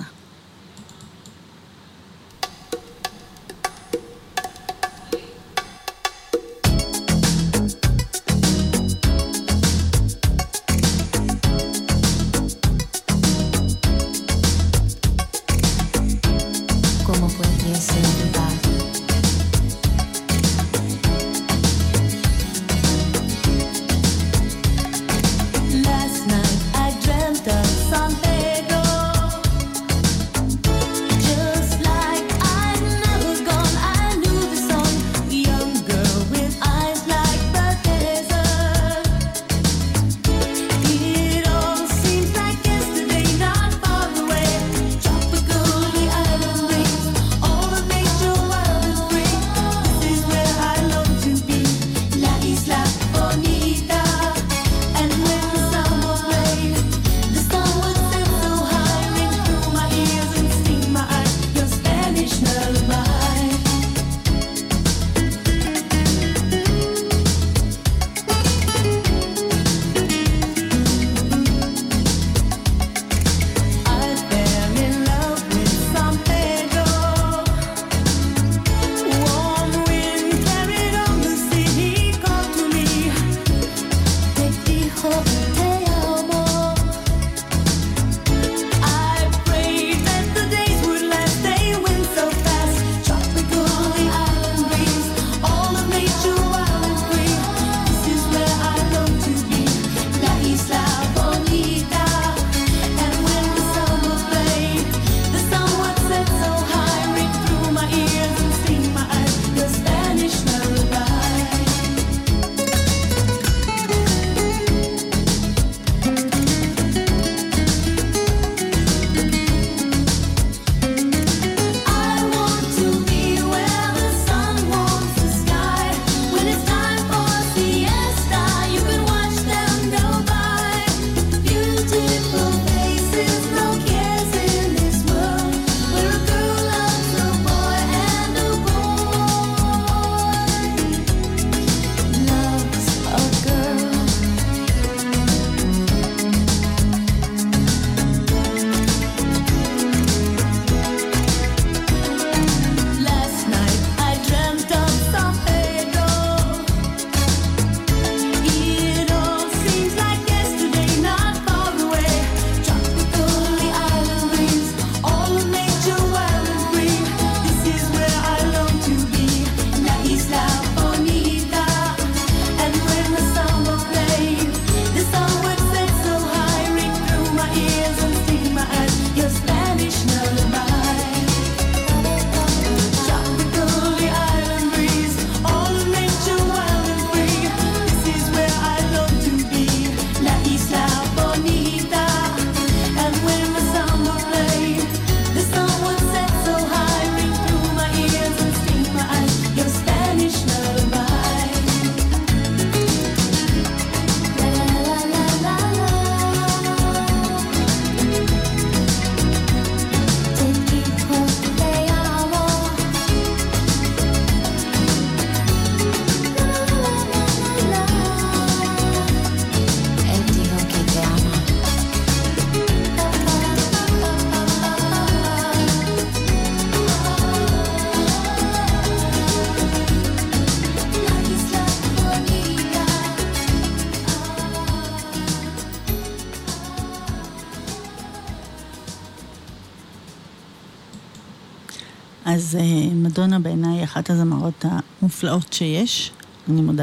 אז מדונה בעיניי אחת הזמרות המופלאות שיש. אני מודה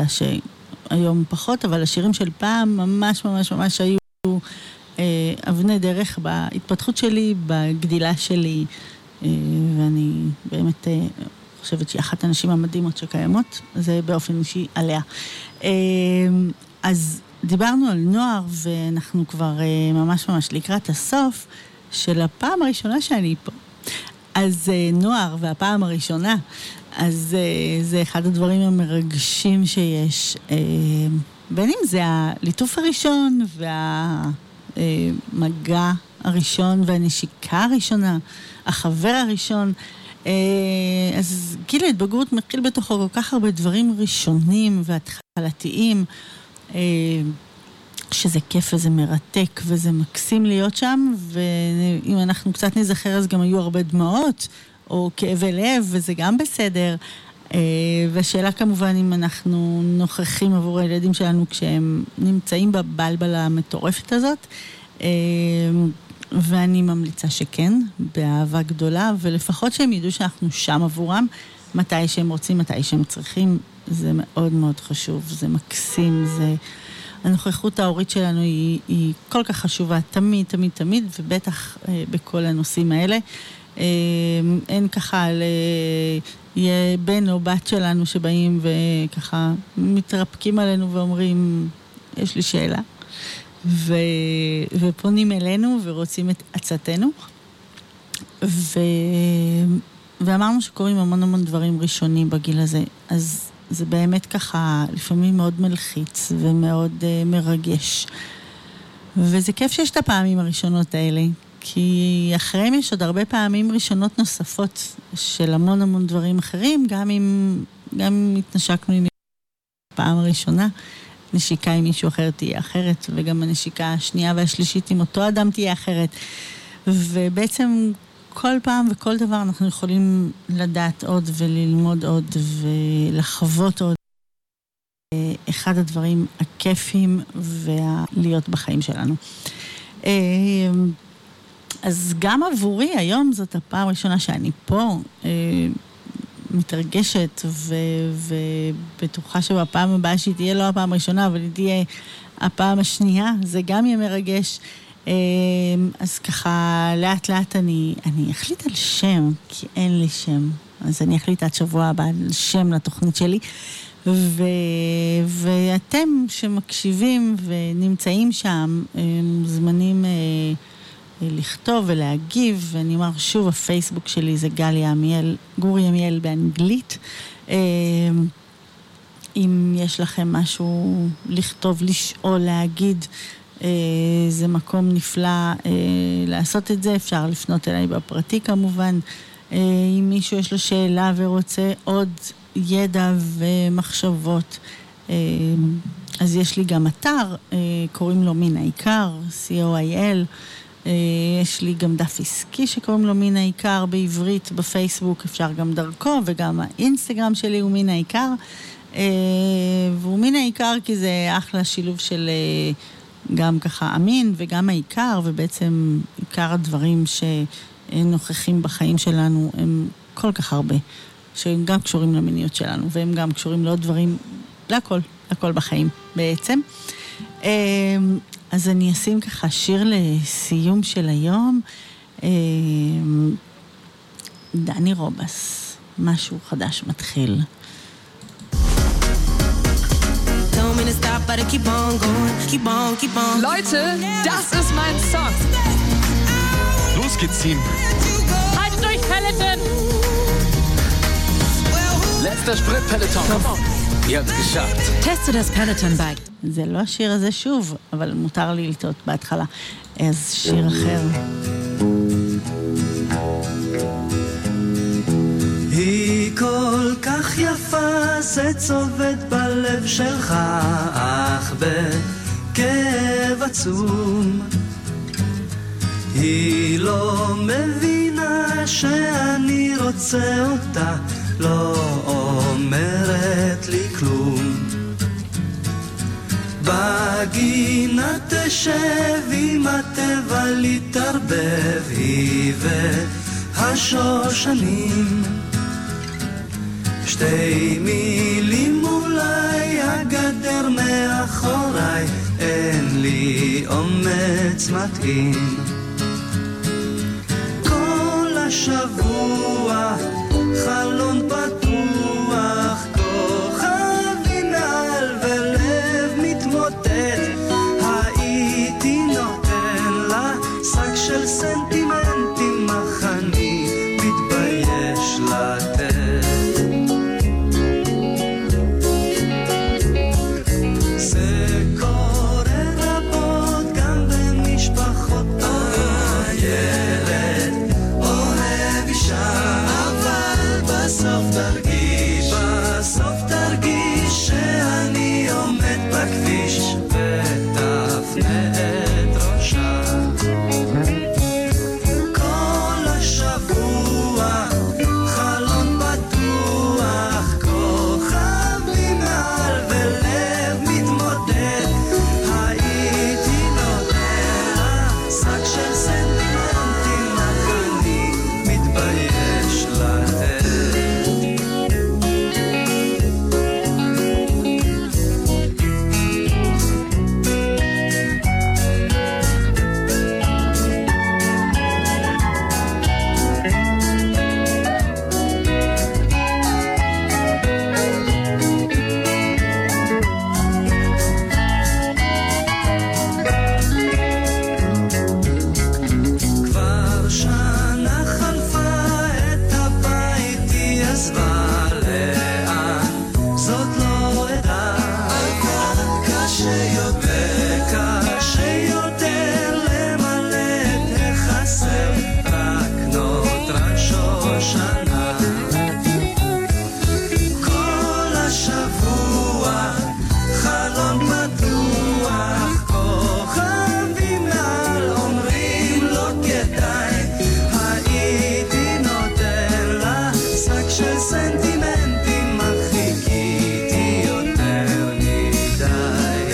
שהיום פחות, אבל השירים של פעם ממש ממש ממש היו אה, אבני דרך בהתפתחות שלי, בגדילה שלי, אה, ואני באמת אה, חושבת שהיא אחת הנשים המדהימות שקיימות, זה באופן אישי עליה. אה, אז דיברנו על נוער, ואנחנו כבר אה, ממש ממש לקראת הסוף של הפעם הראשונה שאני פה. אז נוער, והפעם הראשונה, אז זה אחד הדברים המרגשים שיש. בין אם זה הליטוף הראשון והמגע הראשון והנשיקה הראשונה, החבר הראשון, אז גיל ההתבגרות מכיל בתוכו כל כך הרבה דברים ראשונים והתחלה. התחלתיים, שזה כיף וזה מרתק וזה מקסים להיות שם, ואם אנחנו קצת נזכר אז גם היו הרבה דמעות או כאבי לב, וזה גם בסדר. והשאלה כמובן אם אנחנו נוכחים עבור הילדים שלנו כשהם נמצאים בבלבלה המטורפת הזאת, ואני ממליצה שכן, באהבה גדולה, ולפחות שהם ידעו שאנחנו שם עבורם, מתי שהם רוצים, מתי שהם צריכים, זה מאוד מאוד חשוב, זה מקסים, זה... הנוכחות ההורית שלנו היא, היא כל כך חשובה, תמיד, תמיד, תמיד, ובטח אה, בכל הנושאים האלה. אה, אין ככה ל... יהיה בן או בת שלנו שבאים וככה מתרפקים עלינו ואומרים, יש לי שאלה, ו... ופונים אלינו ורוצים את עצתנו. ו... ואמרנו שקוראים המון המון דברים ראשונים בגיל הזה, אז זה באמת ככה לפעמים מאוד מלחיץ ומאוד uh, מרגש. וזה כיף שיש את הפעמים הראשונות האלה, כי אחריהם יש עוד הרבה פעמים ראשונות נוספות של המון המון דברים אחרים, גם אם, גם אם התנשקנו עם פעם הראשונה, נשיקה עם מישהו אחר תהיה אחרת, וגם הנשיקה השנייה והשלישית עם אותו אדם תהיה אחרת. ובעצם כל פעם וכל דבר אנחנו יכולים לדעת עוד וללמוד עוד ולחוות עוד. אחד הדברים הכיפים ולהיות בחיים שלנו. אז גם עבורי היום זאת הפעם הראשונה שאני פה, מתרגשת ובטוחה שבפעם הבאה שהיא תהיה לא הפעם הראשונה, אבל היא תהיה הפעם השנייה, זה גם יהיה מרגש. אז ככה לאט לאט אני, אני אחליט על שם, כי אין לי שם. אז אני אחליט עד שבוע הבא על שם לתוכנית שלי. ו, ואתם שמקשיבים ונמצאים שם, מוזמנים לכתוב ולהגיב. ואני אומר שוב, הפייסבוק שלי זה גלי עמיאל, גורי עמיאל באנגלית. אם יש לכם משהו לכתוב, לשאול, להגיד, זה מקום נפלא לעשות את זה. אפשר לפנות אליי בפרטי כמובן. אם מישהו יש לו שאלה ורוצה עוד ידע ומחשבות, אז יש לי גם אתר, קוראים לו מן העיקר, סי או איי אל. יש לי גם דף עסקי שקוראים לו מן העיקר בעברית בפייסבוק, אפשר גם דרכו, וגם האינסטגרם שלי הוא מן העיקר. והוא מן העיקר כי זה אחלה שילוב של גם ככה אמין וגם העיקר, ובעצם עיקר הדברים שנוכחים בחיים שלנו הם כל כך הרבה, שהם גם קשורים למיניות שלנו, והם גם קשורים לעוד דברים, להכל, להכל בחיים בעצם. אז אני אשים ככה שיר לסיום של היום, דני רובס, משהו חדש מתחיל. Leute, das ist mein Song. Los geht's, Team. Halt durch, Peloton. Letzter Sprint, Peloton. Komm on. Ihr habt's geschafft. Teste das Peloton Bike. זה לא השיר הזה שוב, אבל מותר לי לטעות בהתחלה. אז שיר אחר. היא כל כך יפה, זה צובט בלב שלך, אך בכאב עצום. היא לא מבינה שאני רוצה אותה, לא אומרת לי כלום. בגינה תשב עם הטבע להתערבב, היא והשושנים. שתי מילים אולי, הגדר מאחוריי, אין לי אומץ מתאים. כל השבוע חלון פתוח, כוכבים מעל ולב מתמוטט, הייתי נותן לה שק של סנטימנטים, אך אני מתבייש לתת. So שיותר קשה יותר למלא את החסר, רק נותרה שושנה כל השבוע, חלון פתוח, כוכבים מעל אומרים לא כדאי, הייתי נותן לה שק של סנטימנטים, חיכיתי יותר מדי.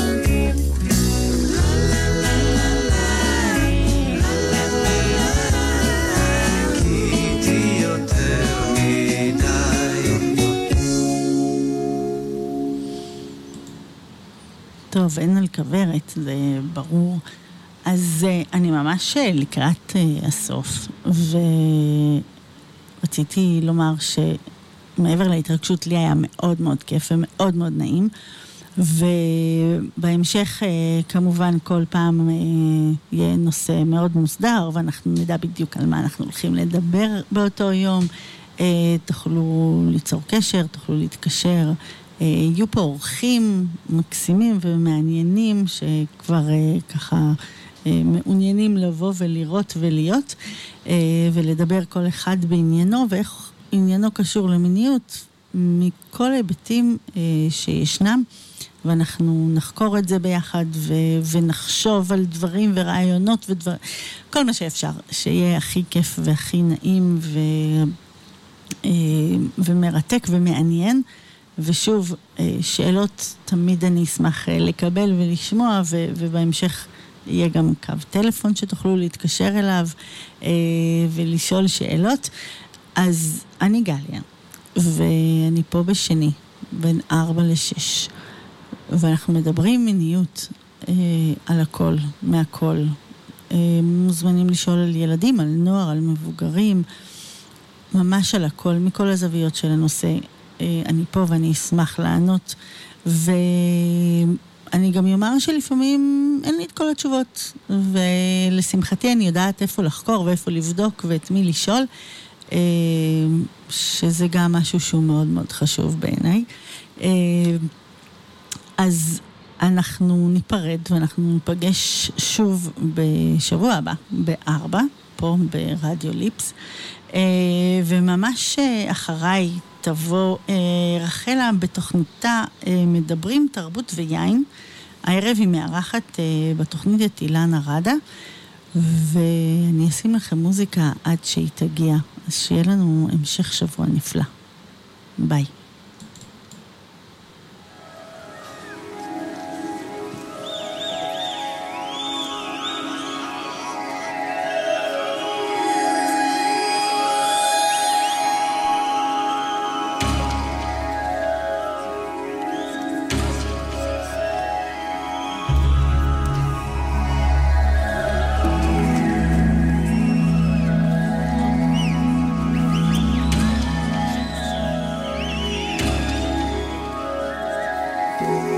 חיכיתי יותר מדי. טוב, אין על כוורת, זה ברור. אז uh, אני ממש uh, לקראת uh, הסוף, ורציתי לומר שמעבר להתרגשות לי היה מאוד מאוד כיף ומאוד מאוד נעים, ובהמשך uh, כמובן כל פעם uh, יהיה נושא מאוד מוסדר, ואנחנו נדע בדיוק על מה אנחנו הולכים לדבר באותו יום, uh, תוכלו ליצור קשר, תוכלו להתקשר, יהיו פה אורחים מקסימים ומעניינים שכבר ככה מעוניינים לבוא ולראות ולהיות ולדבר כל אחד בעניינו ואיך עניינו קשור למיניות מכל היבטים שישנם, ואנחנו נחקור את זה ביחד ו- ונחשוב על דברים ורעיונות ודבר... כל מה שאפשר, שיהיה הכי כיף והכי נעים ו- ומרתק ומעניין. ושוב, שאלות תמיד אני אשמח לקבל ולשמוע, ו- ובהמשך יהיה גם קו טלפון שתוכלו להתקשר אליו ולשאול שאלות. אז אני גליה, ואני פה בשני, בין ארבע לשש, ואנחנו מדברים מיניות על הכל, מהכל. מוזמנים לשאול על ילדים, על נוער, על מבוגרים, ממש על הכל, מכל הזוויות של הנושא. אני פה ואני אשמח לענות, ואני גם יאמר שלפעמים אין לי את כל התשובות, ולשמחתי אני יודעת איפה לחקור ואיפה לבדוק ואת מי לשאול, שזה גם משהו שהוא מאוד מאוד חשוב בעיניי. אז אנחנו ניפרד ואנחנו ניפגש שוב בשבוע הבא, בארבע, פה ברדיו ליפס, וממש אחריי תבוא רחלה בתוכניתה מדברים תרבות ויין. הערב היא מארחת בתוכנית את אילנה רדה, ואני אשים לכם מוזיקה עד שהיא תגיע, אז שיהיה לנו המשך שבוע נפלא. ביי. Thank you.